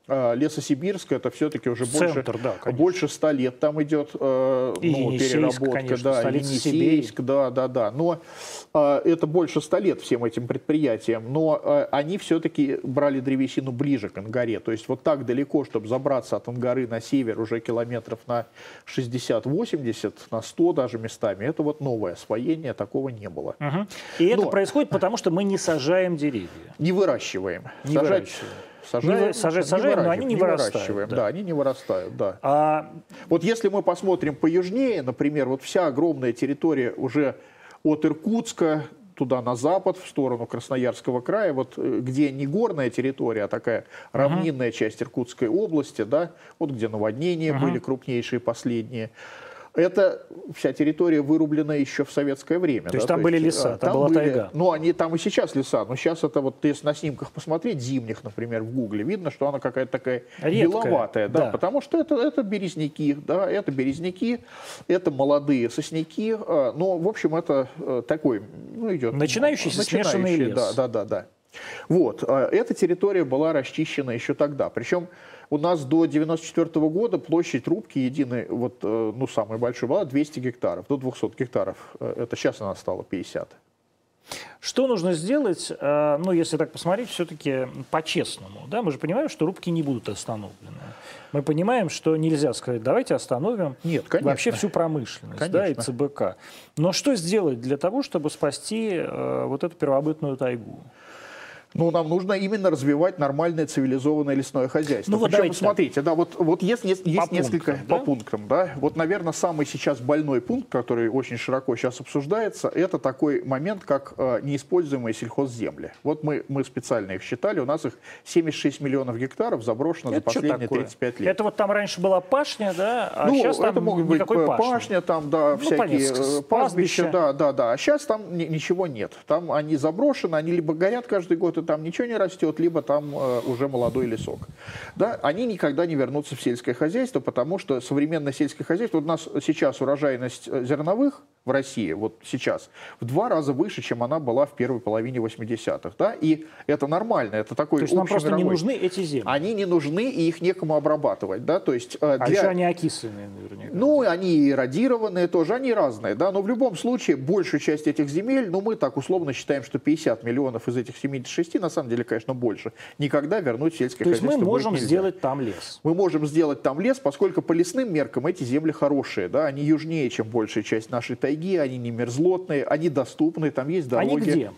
Лесосибирск, это все-таки уже Центр, больше, да, больше ста лет там идет э, и ну, Енисейск, переработка. Конечно, да, столица Енисейск, Сибири. да, да, да. Но э, это больше ста лет всем этим предприятиям. Но э, они все-таки брали древесину ближе к Ангаре. То есть вот так далеко, чтобы забраться от Ангары на север уже километров на шестьдесят-восемьдесят, на сто даже местами, это вот новое освоение, такого не было. Угу. И это Но происходит потому, что мы не сажаем деревья. Не выращиваем. Не Сажать, выращиваем. Сажаем, Не, сажаем, сажаем, но они не вырастают. выращиваем. Да. Да, они не вырастают, да. А... Вот если мы посмотрим поюжнее, например, вот вся огромная территория уже от Иркутска туда на запад, в сторону Красноярского края, вот где не горная территория, а такая равнинная uh-huh. часть Иркутской области, да, вот где наводнения uh-huh. были крупнейшие последние. Это вся территория вырублена еще в советское время. То да? есть там То были есть, леса, там, там была были, тайга. Ну, они там и сейчас леса, но сейчас это вот, если на снимках посмотреть, зимних, например, в Гугле, видно, что она какая-то такая редкая, беловатая, да, да. потому что это, это березняки, да, это березняки, это молодые сосняки, но, в общем, это такой, ну, идет... Начинающийся начинающий, смешанный лес. Да, да, да, да. Вот, эта территория была расчищена еще тогда, причем у нас до девяносто четвёртого года площадь рубки единой, вот, ну, самая большая была двести гектаров, до двухсот гектаров. Это сейчас она стала пятьдесят. Что нужно сделать, ну, если так посмотреть, все-таки по-честному? Да? Мы же понимаем, что рубки не будут остановлены. Мы понимаем, что нельзя сказать, давайте остановим Нет, конечно. вообще всю промышленность, Конечно. да, и ЦБК. Но что сделать для того, чтобы спасти э, вот эту первобытную тайгу? Ну, нам нужно именно развивать нормальное цивилизованное лесное хозяйство. Ну, вот Причем, смотрите, да, вот, вот есть, есть, есть по несколько пунктам, да? по пунктам, да. Вот, наверное, самый сейчас больной пункт, который очень широко сейчас обсуждается, это такой момент, как э, неиспользуемые сельхозземли. Вот мы, мы специально их считали, у нас их семьдесят шесть миллионов гектаров заброшено Это за последние тридцать пять лет. Это вот там раньше была пашня, да, а ну, сейчас там это могут быть никакой пашни. пашня, там, да, ну, всякие понятно, пастбища, пастбища. да, да, да. А сейчас там ни, ничего нет. Там они заброшены, они либо горят каждый год, и там ничего не растет, либо там э, уже молодой лесок. Да, они никогда не вернутся в сельское хозяйство, потому что современное сельское хозяйство, вот у нас сейчас урожайность зерновых в России, вот сейчас, в два раза выше, чем она была в первой половине восьмидесятых. Да? И это нормально, это такой То есть нам просто не общемировой. нужны эти земли? Они не нужны, и их некому обрабатывать. Да? То есть, э, а для... еще они окисленные наверняка. Ну, они иррадированные тоже, они разные, да, но в любом случае большую часть этих земель, ну, мы так условно считаем, что пятьдесят миллионов из этих семидесяти шести, на самом деле, конечно, больше, никогда вернуть в сельское То есть хозяйство мы можем нельзя. сделать там лес? Мы можем сделать там лес, поскольку по лесным меркам эти земли хорошие, да, они южнее, чем большая часть нашей тайги, они не мерзлотные, они доступны, там есть дороги. Они где?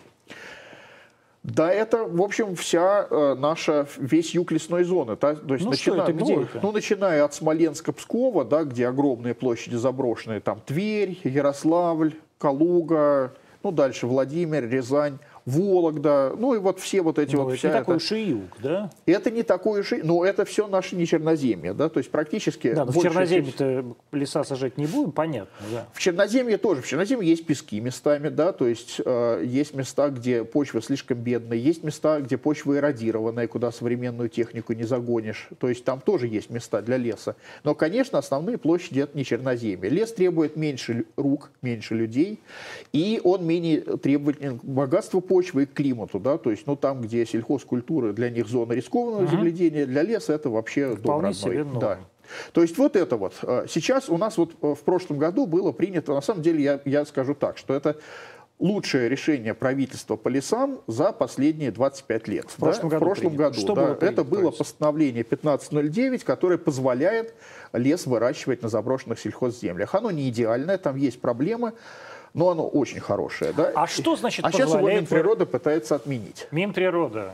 Да, это, в общем, вся э, наша, весь юг лесной зоны. Да? То есть, ну, начина... что это, где ну, это? ну, начиная от Смоленска, Пскова, да, где огромные площади заброшенные, там Тверь, Ярославль, Калуга, ну, дальше Владимир, Рязань, Вологда, ну и вот все вот эти ну, вот... Это вся не такой это... уж и юг, да? Это не такой уж и... Но это все наше не черноземье, да, то есть практически... Да, но в Черноземье-то леса сажать не будем, понятно, да. В Черноземье тоже. В Черноземье есть пески местами, да, то есть э, есть места, где почва слишком бедная, есть места, где почва эродированная, куда современную технику не загонишь, то есть там тоже есть места для леса. Но, конечно, основные площади это не Черноземье. Лес требует меньше рук, меньше людей, и он менее требователен к богатству почвы и к климату, да, то есть, ну, там, где сельхозкультуры, для них зона рискованного uh-huh. земледения, для леса это вообще дом родной. Да. То есть вот это вот. Сейчас у нас вот в прошлом году было принято, на самом деле я, я скажу так, что это лучшее решение правительства по лесам за последние двадцать пять лет. В прошлом да? году, в прошлом году Что да. было принято, это было постановление пятнадцать ноль девять, которое позволяет лес выращивать на заброшенных сельхозземлях. Оно не идеальное, там есть проблемы, но оно очень хорошее. Да? А что значит А сейчас его позволяет... Минприрода пытается отменить. Минприрода.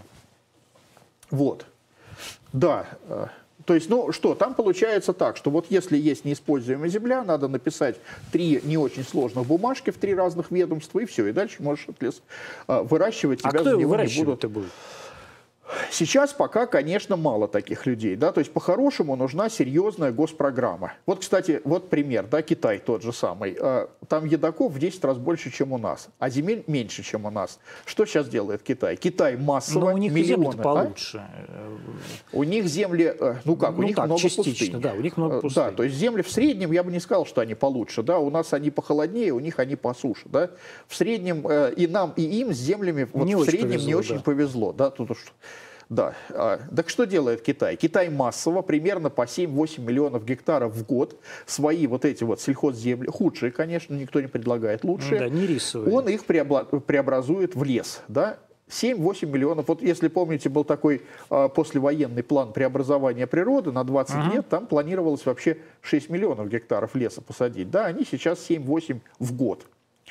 Вот. Да. То есть, ну что, там получается так, что вот если есть неиспользуемая земля, надо написать три не очень сложных бумажки в три разных ведомства, и все, и дальше можешь этот лес а, выращивать. А тебя кто за его него не выращивать-то будут. будет? Сейчас пока, конечно, мало таких людей, да, то есть по-хорошему нужна серьезная госпрограмма. Вот, кстати, вот пример, да, Китай тот же самый. Там едоков в десять раз больше, чем у нас, а земель меньше, чем у нас. Что сейчас делает Китай? Китай массово, Но у них миллионы, земли получше. А? У них земли, ну как, у ну, них так, много частично, пустынь. да, у них много пустынь. Да, то есть земли в среднем, я бы не сказал, что они получше, да, у нас они похолоднее, у них они по суше, да. В среднем и нам, и им с землями вот не в очень среднем повезло, не очень да. повезло, да, тут уж Да. А, так что делает Китай? Китай массово, примерно по семь-восемь миллионов гектаров в год, свои вот эти вот сельхозземли, худшие, конечно, никто не предлагает лучшие, да, не рисовые. Он их преобразует в лес, да? семь-восемь миллионов. Вот если помните, был такой а, послевоенный план преобразования природы на двадцать uh-huh. лет, там планировалось вообще шесть миллионов гектаров леса посадить. Да, они сейчас семь-восемь в год.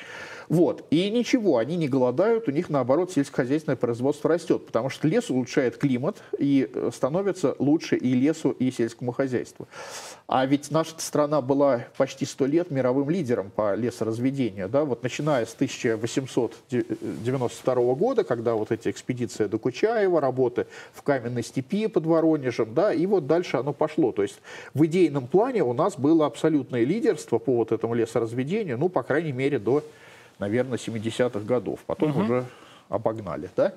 Вот. И ничего, они не голодают, у них, наоборот, сельскохозяйственное производство растет, потому что лес улучшает климат, и становится лучше и лесу, и сельскому хозяйству. А ведь наша страна была почти сто лет мировым лидером по лесоразведению. Да? Вот начиная с тысяча восемьсот девяносто второго года, когда вот эти экспедиции Докучаева, работы в каменной степи под Воронежем, да, и вот дальше оно пошло. То есть в идейном плане у нас было абсолютное лидерство по вот этому лесоразведению, ну, по крайней мере, до, наверное, семидесятых годов. Потом угу. уже обогнали, да.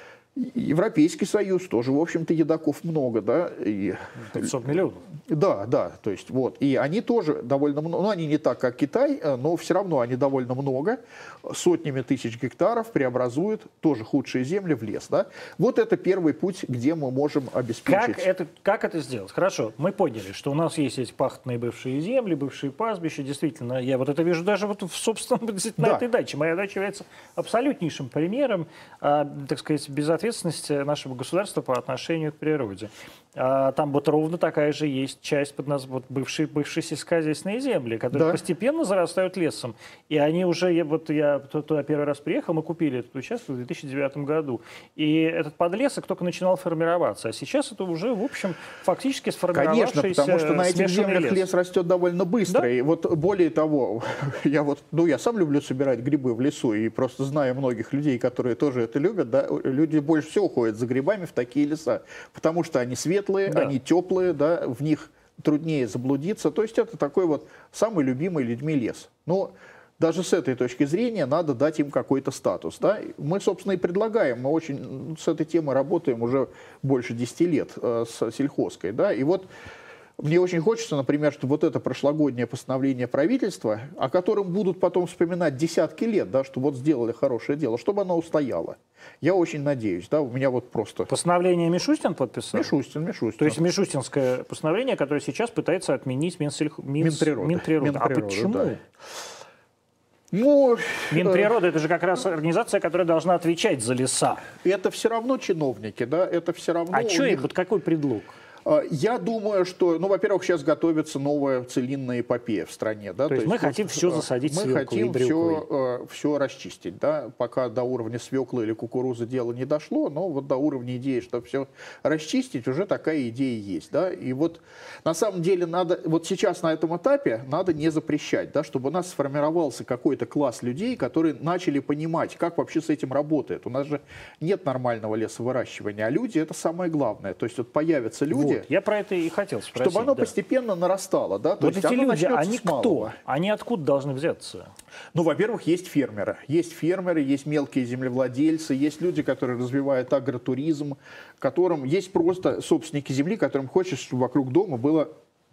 Европейский Союз тоже, в общем-то, едоков много, да. И... пятьсот миллионов. Да, да, то есть вот. И они тоже довольно много, ну, они не так, как Китай, но все равно они довольно много, сотнями тысяч гектаров преобразуют тоже худшие земли в лес, да. Вот это первый путь, где мы можем обеспечить. Как это, как это сделать? Хорошо, мы поняли, что у нас есть эти пахотные бывшие земли, бывшие пастбища, действительно, я вот это вижу даже вот в собственном, на да. этой даче. Моя дача является абсолютнейшим примером, а, так сказать, безответственности нашего государства по отношению к природе. А, там вот ровно такая же есть часть под нас, вот бывшие, бывшие сельскохозяйственные земли, которые да. постепенно зарастают лесом. И они уже, я, вот я туда первый раз приехал, мы купили этот участок в две тысячи девятом году. И этот подлесок только начинал формироваться. А сейчас это уже, в общем, фактически сформировавшийся Конечно, потому что на этих землях лес. лес растет довольно быстро. Да? И вот более того, я вот, ну, я сам люблю собирать грибы в лесу, и просто знаю многих людей, которые тоже это любят, да, люди больше всего ходят за грибами в такие леса, потому что они светлые, да. они теплые, да, в них труднее заблудиться. То есть это такой вот самый любимый людьми лес. Но даже с этой точки зрения надо дать им какой-то статус. Да? Мы, собственно, и предлагаем. Мы очень с этой темой работаем уже больше десяти лет э, с сельхозкой. Да? И вот мне очень хочется, например, чтобы вот это прошлогоднее постановление правительства, о котором будут потом вспоминать десятки лет, да, что вот сделали хорошее дело, чтобы оно устояло. Я очень надеюсь, да, у меня вот просто... Постановление Мишустин подписал? Мишустин, Мишустин. То есть Мишустинское постановление, которое сейчас пытается отменить Минсельх... Минс... Минприроды. Минприроды. Минприроды. А почему? Да. Ну, Минприрода — это же как раз организация, которая должна отвечать за леса. Это все равно чиновники, да, это все равно... А что них... их, вот какой предлог? Я думаю, что, ну, во-первых, сейчас готовится новая целинная эпопея в стране. Да? То, То есть мы хотим все засадить свеклой. Мы хотим все, все расчистить, да? Пока до уровня свеклы или кукурузы дело не дошло, но вот до уровня идеи, чтобы все расчистить, уже такая идея есть. Да? И вот на самом деле надо, вот сейчас на этом этапе надо не запрещать, да? Чтобы у нас сформировался какой-то класс людей, которые начали понимать, как вообще с этим работает. У нас же нет нормального лесовыращивания, а люди — это самое главное. То есть вот появятся люди, вот, я про это и хотел спросить. Чтобы оно да. постепенно нарастало. Да? То вот есть эти оно люди, они кто? Малого. Они откуда должны взяться? Ну, во-первых, есть фермеры. Есть фермеры, есть мелкие землевладельцы, есть люди, которые развивают агротуризм, которым есть просто собственники земли, которым хочется, чтобы вокруг дома было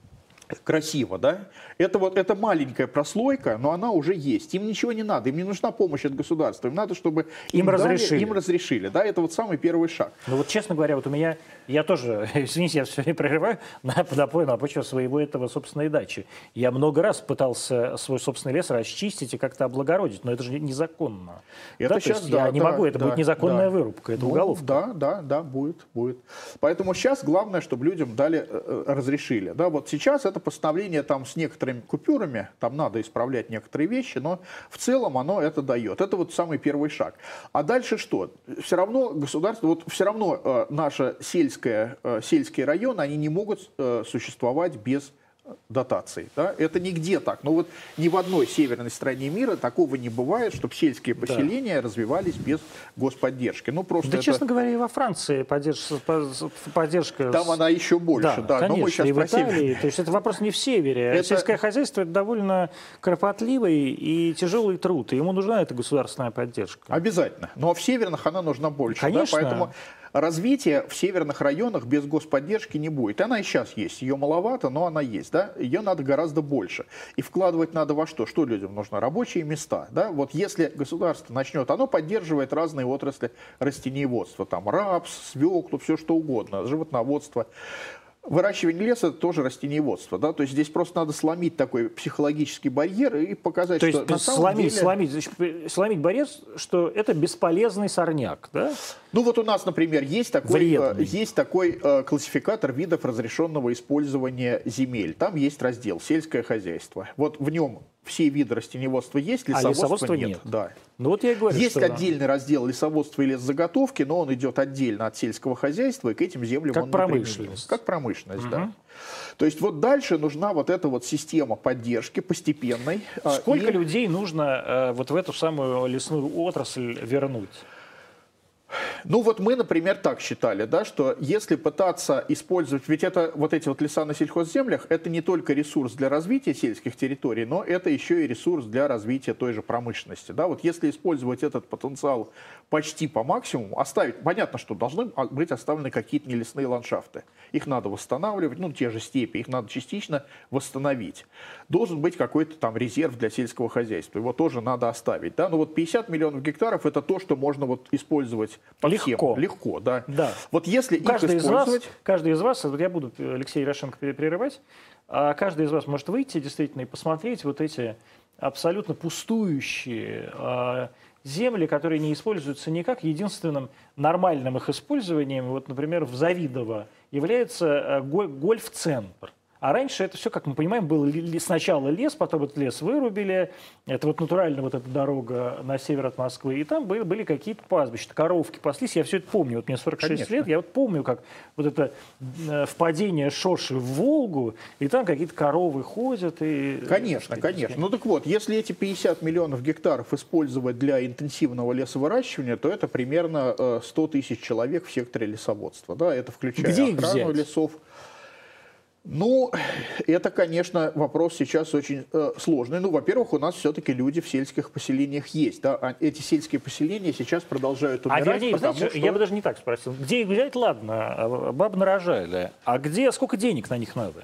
красиво, да? Это вот это маленькая прослойка, но она уже есть. Им ничего не надо, им не нужна помощь от государства, им надо, чтобы им, им разрешили. Дали, им разрешили, да? Это вот самый первый шаг. Ну вот, честно говоря, вот у меня, я тоже, извините, я все время прерываю, на, на, на почве своего этого собственной дачи. Я много раз пытался свой собственный лес расчистить и как-то облагородить, но это же незаконно. Это да? сейчас, То есть да, я не да, могу, это да, будет незаконная да. вырубка, это ну, уголовка. Да, да, да, будет, будет. Поэтому сейчас главное, чтобы людям дали, разрешили. Да? Вот сейчас это постановление там с некоторыми купюрами, там надо исправлять некоторые вещи, но в целом оно это дает. Это вот самый первый шаг. А дальше что? Все равно государство, вот все равно э, наша сельская, э, сельские районы, они не могут э, существовать без дотаций. Да? Это нигде так. Но вот ни в одной северной стране мира такого не бывает, чтобы сельские поселения да. развивались без господдержки. Ну, просто да, это... честно говоря, и во Франции поддержка... поддержка... Там она еще больше. Да, да. конечно, но мы сейчас и в Италии. север... То есть это вопрос не в севере. Это... Сельское хозяйство — это довольно кропотливый и тяжелый труд. И ему нужна эта государственная поддержка. Обязательно. Но в северных она нужна больше. Конечно. Да? Поэтому развития в северных районах без господдержки не будет. Она и сейчас есть, ее маловато, но она есть, да, ее надо гораздо больше. И вкладывать надо во что? Что людям нужно? Рабочие места, да, вот если государство начнет, оно поддерживает разные отрасли растениеводства, там рапс, свеклу, все что угодно, животноводство. Выращивание леса – это тоже растениеводство, да, то есть здесь просто надо сломить такой психологический барьер и показать, То что есть на самом сломить, деле... сломить, значит, сломить барьер, что это бесполезный сорняк, да? Ну вот у нас, например, есть такой, Вредный. есть такой э, классификатор видов разрешенного использования земель. Там есть раздел «Сельское хозяйство». Вот в нем все виды растениеводства есть, лесоводства, а лесоводства нет. нет. Да. Ну вот я и говорю, Есть что... отдельный раздел лесоводства и лесозаготовки, но он идет отдельно от сельского хозяйства, и к этим землям Как он промышленность. не применим. Как промышленность, Угу. да. То есть вот дальше нужна вот эта вот система поддержки постепенной. Сколько и... людей нужно э, вот в эту самую лесную отрасль вернуть? Ну вот мы, например, так считали, да, что если пытаться использовать, ведь это вот эти вот леса на сельхозземлях, это не только ресурс для развития сельских территорий, но это еще и ресурс для развития той же промышленности. Да. Вот если использовать этот потенциал почти по максимуму, оставить, понятно, что должны быть оставлены какие-то нелесные ландшафты. Их надо восстанавливать, ну те же степи, их надо частично восстановить. Должен быть какой-то там резерв для сельского хозяйства, его тоже надо оставить. Да. Но вот пятьдесят миллионов гектаров это то, что можно вот использовать по Легко. всем. Легко, да. Да. Вот если Каждый их из вас, использовать... каждый из вас, вот я буду Алексея Ярошенко прерывать, а каждый из вас может выйти действительно и посмотреть вот эти абсолютно пустующие а, земли, которые не используются никак. Единственным нормальным их использованием, вот, например, в Завидово является а, гольф-центр. А раньше это все, как мы понимаем, был сначала лес, потом этот лес вырубили. Это вот натурально вот эта дорога на север от Москвы. И там были, были какие-то пастбища, коровки паслись. Я все это помню. Вот мне сорок шесть Конечно. лет. Я вот помню, как вот это впадение Шоши в Волгу, и там какие-то коровы ходят. И, Конечно, и, конечно. Ну так вот, если эти пятьдесят миллионов гектаров использовать для интенсивного лесовыращивания, то это примерно сто тысяч человек в секторе лесоводства. Да, это включая Где их охрану взять? лесов. Ну, это, конечно, вопрос сейчас очень э, сложный. Ну, во-первых, у нас все-таки люди в сельских поселениях есть. Да? А эти сельские поселения сейчас продолжают умирать, А вернее, потому знаете, что... я бы даже не так спросил. Где их взять, ладно, баб нарожали. А где, сколько денег на них надо?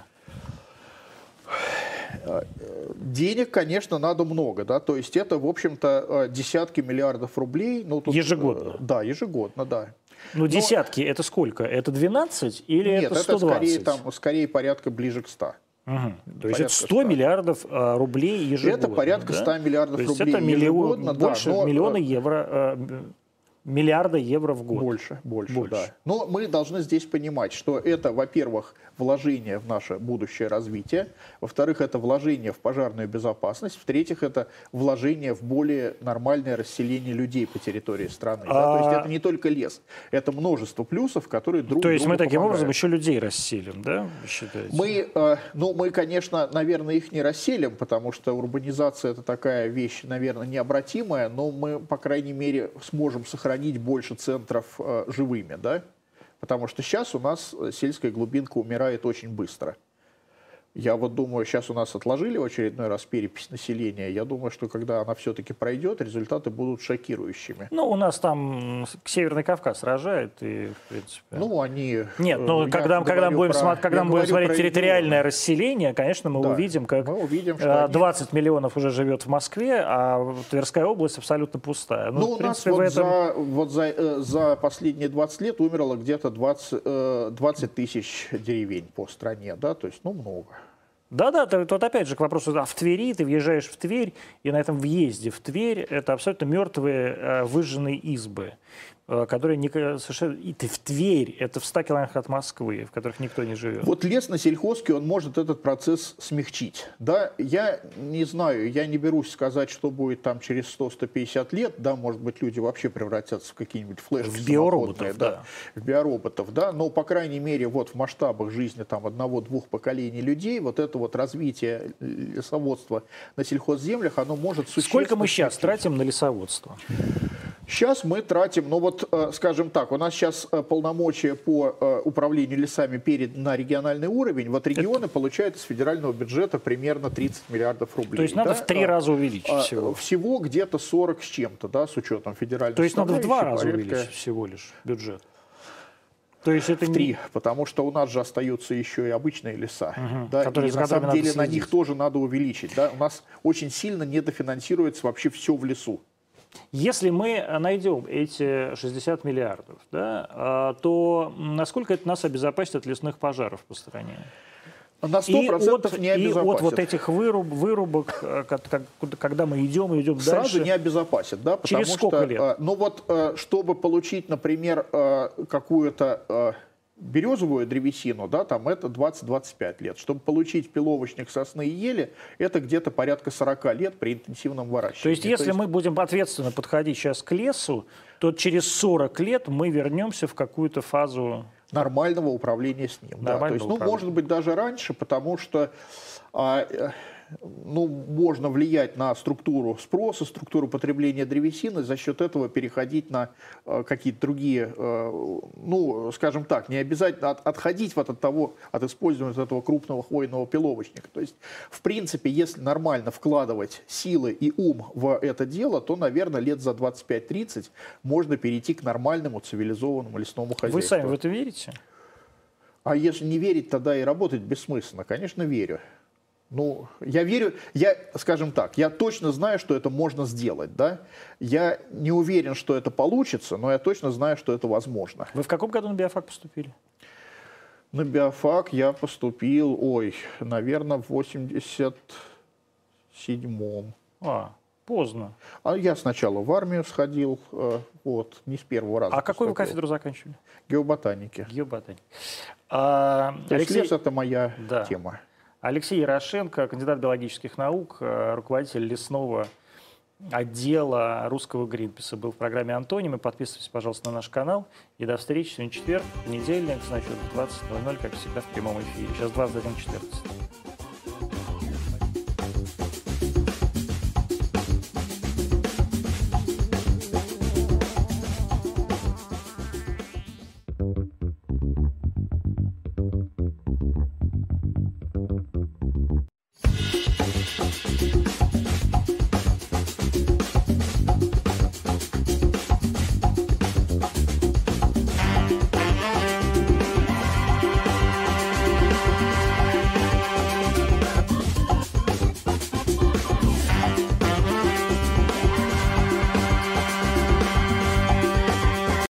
Денег, конечно, надо много, да, то есть это, в общем-то, десятки миллиардов рублей. Ну, тут, Ежегодно? Да, ежегодно, да. Ну, десятки, Но... это сколько? Это двенадцать или Нет, это это сто двадцать? скорее, там, скорее порядка ближе к ста. Угу. То есть это сто миллиардов а, рублей ежегодно. Это порядка да? ста миллиардов То есть рублей это миллион, ежегодно. больше да, но... миллиона евро, а, миллиарда евро в год. Больше, больше, больше, да. Но мы должны здесь понимать, что это, во-первых, вложение в наше будущее развитие, во-вторых, это вложение в пожарную безопасность, в-третьих, это вложение в более нормальное расселение людей по территории страны. А... Да? То есть это не только лес, это множество плюсов, которые друг другу То есть мы таким помогают. образом еще людей расселим, да, вы считаете? Мы, э, ну, мы, конечно, наверное, их не расселим, потому что урбанизация – это такая вещь, наверное, необратимая, но мы, по крайней мере, сможем сохранить больше центров э, живыми, да? Потому что сейчас у нас сельская глубинка умирает очень быстро. Я вот думаю, сейчас у нас отложили в очередной раз перепись населения. Я думаю, что когда она все-таки пройдет, результаты будут шокирующими. Ну, у нас там Северный Кавказ рожает, и, в принципе... Ну, они... Нет, ну, когда, когда мы будем, про, смотри, когда мы будем смотреть территориальное регионы. расселение, конечно, мы Да, увидим, как мы увидим, что двадцать они... миллионов уже живет в Москве, а Тверская область абсолютно пустая. Ну, Ну, в у нас принципе, вот, в этом... за, вот за, э, за последние двадцать лет умерло где-то двадцать, э, двадцать тысяч деревень по стране, да, то есть, ну, много. Да-да, вот опять же к вопросу, а в Твери ты въезжаешь в Тверь, и на этом въезде в Тверь это абсолютно мертвые выжженные избы, которые не, совершенно... И ты в Тверь, это в ста километрах от Москвы, в которых никто не живет. Вот лес на сельхозке, он может этот процесс смягчить. Да, я не знаю, я не берусь сказать, что будет там через сто — сто пятьдесят лет, да, может быть, люди вообще превратятся в какие-нибудь флешки в биороботов, да, да. в биороботов, да, но, по крайней мере, вот в масштабах жизни там одного-двух поколений людей, вот это вот развитие лесоводства на сельхозземлях, оно может существенно... Сколько мы сейчас тратим на лесоводство? Сейчас мы тратим, ну вот, скажем так, у нас сейчас полномочия по управлению лесами перед на региональный уровень. Вот регионы Это... получают из федерального бюджета примерно тридцать миллиардов рублей. То есть надо да? в три раза увеличить всего? Всего где-то сорок с чем-то, да, с учетом федерального. То есть надо в два раза порядка... увеличить всего лишь бюджет? То есть это в не- три, потому что у нас же остаются еще и обычные леса, Мгм. да, Которые- и за на которыми самом надо деле на следить. них тоже надо увеличить. Да? У нас очень сильно недофинансируется вообще все в лесу. Если мы найдем эти шестьдесят миллиардов, да, а, то насколько это нас обезопасит от лесных пожаров по стране? На сто И процентов от, не и от вот обезопасит. этих выруб, вырубок, э, как- как- когда мы идем и идем Сразу дальше. не обезопасит, да, потому Через сколько что, лет? э, ну вот, э, чтобы получить, например, э, какую-то э, березовую древесину, да, там это двадцать-двадцать пять лет. Чтобы получить пиловочник сосны и ели, это где-то порядка сорок лет при интенсивном выращивании. То есть, если мы будем ответственно подходить сейчас к лесу, то через сорок лет мы вернемся в какую-то фазу. Нормального управления с ним. Да. То Нормального есть, ну, управления. может быть, даже раньше, потому что а, э, ну, можно влиять на структуру спроса, структуру потребления древесины, за счет этого переходить на э, какие-то другие, э, ну, скажем так, не обязательно от- отходить вот от того, от использования вот этого крупного хвойного пиловочника. То есть, в принципе, если нормально вкладывать силы и ум в это дело, то, наверное, лет за двадцать пять-тридцать можно перейти к нормальному цивилизованному лесному хозяйству. Вы сами в это верите? А если не верить, тогда и работать бессмысленно. Конечно, верю. Ну, я верю, я, скажем так, я точно знаю, что это можно сделать, да. Я не уверен, что это получится, но я точно знаю, что это возможно. Вы в каком году на биофак поступили? На биофак я поступил, ой, наверное, в восемьдесят седьмом. А, поздно. А я сначала в армию сходил, э, вот, не с первого раза. А какую вы поступил. кафедру заканчивали? Геоботаники. Геоботаника. А, То есть Алексей, лес — это моя Да. тема. Алексей Ярошенко, кандидат биологических наук, э, руководитель лесного отдела русского Гринписа, был в программе «Антонимы». Подписывайтесь, пожалуйста, на наш канал. И до встречи. Сегодня четверг, понедельник, значит, в двадцать ноль ноль, как всегда, в прямом эфире. Сейчас двадцать один четырнадцать.